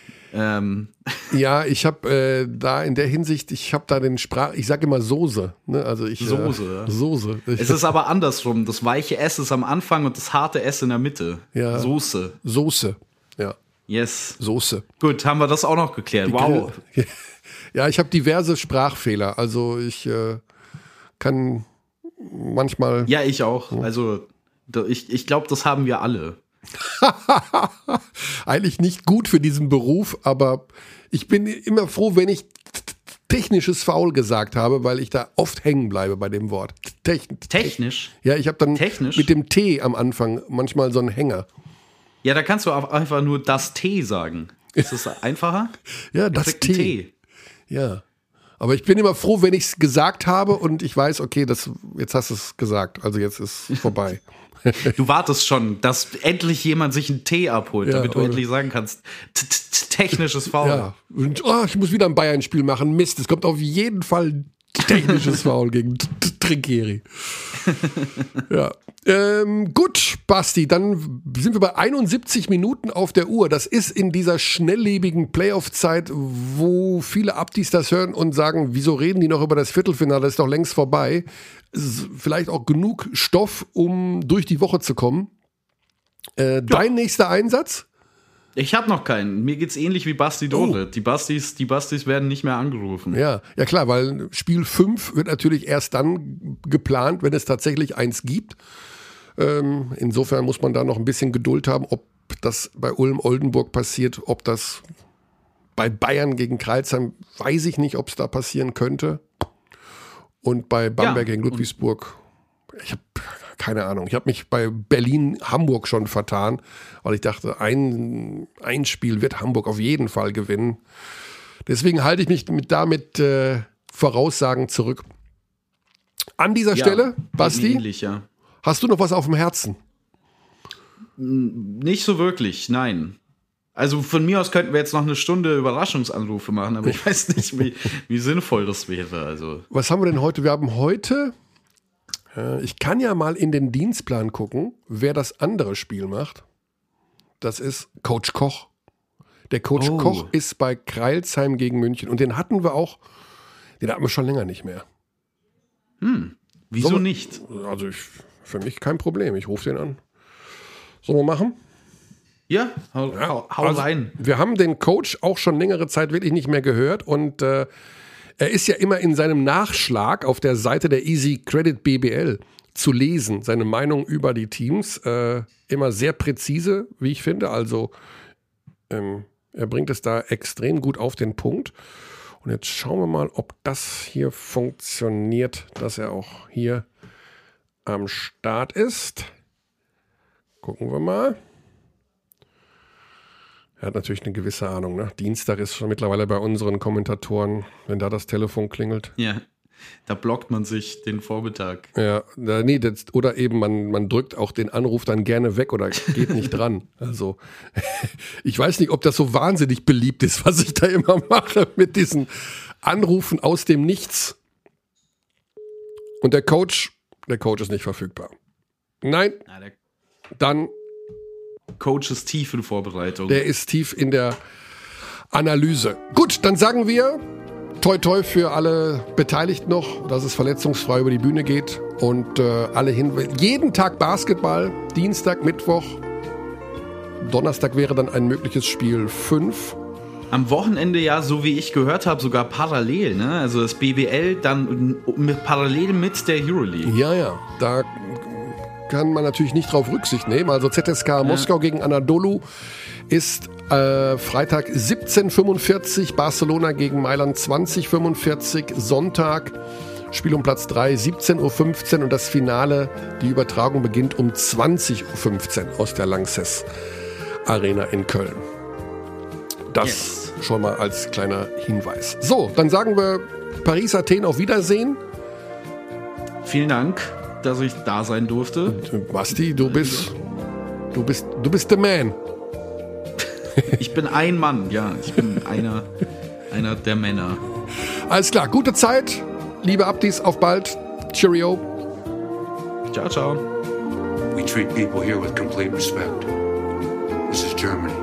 Ja, ich habe da in der Hinsicht, ich sage immer Soße. Ne? Also Soße. Ja. Soße. Es ist aber andersrum. Das weiche S ist am Anfang und das harte S in der Mitte. Ja. Soße. Soße, ja. Yes. Soße. Gut, haben wir das auch noch geklärt. Wow. Ja, ich habe diverse Sprachfehler. Also ich kann manchmal... Ja, ich auch. Also ich glaube, das haben wir alle. Eigentlich nicht gut für diesen Beruf, aber ich bin immer froh, wenn ich technisches Foul gesagt habe, weil ich da oft hängen bleibe bei dem Wort. Technisch? Ja, ich habe dann mit dem T am Anfang manchmal so einen Hänger. Ja, da kannst du auch einfach nur das T sagen. Ist das einfacher? Ja, das T. Ja. Aber ich bin immer froh, wenn ich es gesagt habe und ich weiß, okay, jetzt hast du es gesagt, also jetzt ist es vorbei. Du wartest schon, dass endlich jemand sich einen Tee abholt, damit du endlich sagen kannst, technisches Foul. Ja, und ich muss wieder ein Bayern-Spiel machen. Mist, es kommt auf jeden Fall technisches Foul gegen Trinkieri. Ja. Gut, Basti, dann sind wir bei 71 Minuten auf der Uhr. Das ist in dieser schnelllebigen Playoff-Zeit, wo viele Abdis das hören und sagen, wieso reden die noch über das Viertelfinale, das ist doch längst vorbei. Vielleicht auch genug Stoff, um durch die Woche zu kommen. Dein nächster Einsatz? Ich habe noch keinen. Mir geht's ähnlich wie Basti Dore. Die Bastis werden nicht mehr angerufen. Ja klar, weil Spiel 5 wird natürlich erst dann geplant, wenn es tatsächlich eins gibt. Insofern muss man da noch ein bisschen Geduld haben, ob das bei Ulm-Oldenburg passiert, ob das bei Bayern gegen Crailsheim, weiß ich nicht, ob es da passieren könnte. Und bei Bamberg gegen Ludwigsburg, ich habe keine Ahnung. Ich habe mich bei Berlin-Hamburg schon vertan, weil ich dachte, ein Spiel wird Hamburg auf jeden Fall gewinnen. Deswegen halte ich mich damit Voraussagen zurück. An dieser Stelle, Basti, ähnlich, ja. Hast du noch was auf dem Herzen? Nicht so wirklich, nein. Also von mir aus könnten wir jetzt noch eine Stunde Überraschungsanrufe machen, aber ich weiß nicht, wie sinnvoll das wäre. Also. Was haben wir denn heute? Wir haben heute, ich kann ja mal in den Dienstplan gucken, wer das andere Spiel macht. Das ist Coach Koch. Der Coach Koch ist bei Crailsheim gegen München. Und den hatten wir schon länger nicht mehr. Wieso nicht? Also für mich kein Problem. Ich rufe den an. Sollen wir machen? Ja, hau rein. Wir haben den Coach auch schon längere Zeit wirklich nicht mehr gehört und er ist ja immer in seinem Nachschlag auf der Seite der Easy Credit BBL zu lesen, seine Meinung über die Teams, immer sehr präzise, wie ich finde, also er bringt es da extrem gut auf den Punkt und jetzt schauen wir mal, ob das hier funktioniert, dass er auch hier am Start ist. Gucken wir mal. Er hat natürlich eine gewisse Ahnung, ne? Dienstag ist schon mittlerweile bei unseren Kommentatoren, wenn da das Telefon klingelt. Ja, da blockt man sich den Vormittag. Ja, oder eben man drückt auch den Anruf dann gerne weg oder geht nicht dran. Also ich weiß nicht, ob das so wahnsinnig beliebt ist, was ich da immer mache mit diesen Anrufen aus dem Nichts. Und der Coach ist nicht verfügbar. Nein, dann Coach ist tief in Vorbereitung. Der ist tief in der Analyse. Gut, dann sagen wir toi toi für alle Beteiligten noch, dass es verletzungsfrei über die Bühne geht und alle jeden Tag Basketball, Dienstag, Mittwoch, Donnerstag wäre dann ein mögliches Spiel 5. Am Wochenende ja, so wie ich gehört habe, sogar parallel, ne? Also das BBL dann parallel mit der Euroleague. Ja, da kann man natürlich nicht drauf Rücksicht nehmen. Also ZSK Moskau gegen Anadolu ist Freitag 17:45, Barcelona gegen Mailand 20:45, Sonntag Spiel um Platz 3, 17:15 Uhr und das Finale, die Übertragung beginnt um 20:15 Uhr aus der Lanxess Arena in Köln. Das schon mal als kleiner Hinweis. So, dann sagen wir Paris-Athen auf Wiedersehen. Vielen Dank, dass ich da sein durfte. Und Basti, du bist the man. Ich bin ein Mann, ja. Ich bin einer der Männer. Alles klar, gute Zeit. Liebe Abdis, auf bald. Cheerio. Ciao, ciao. We treat people here with complete respect. This is Germany.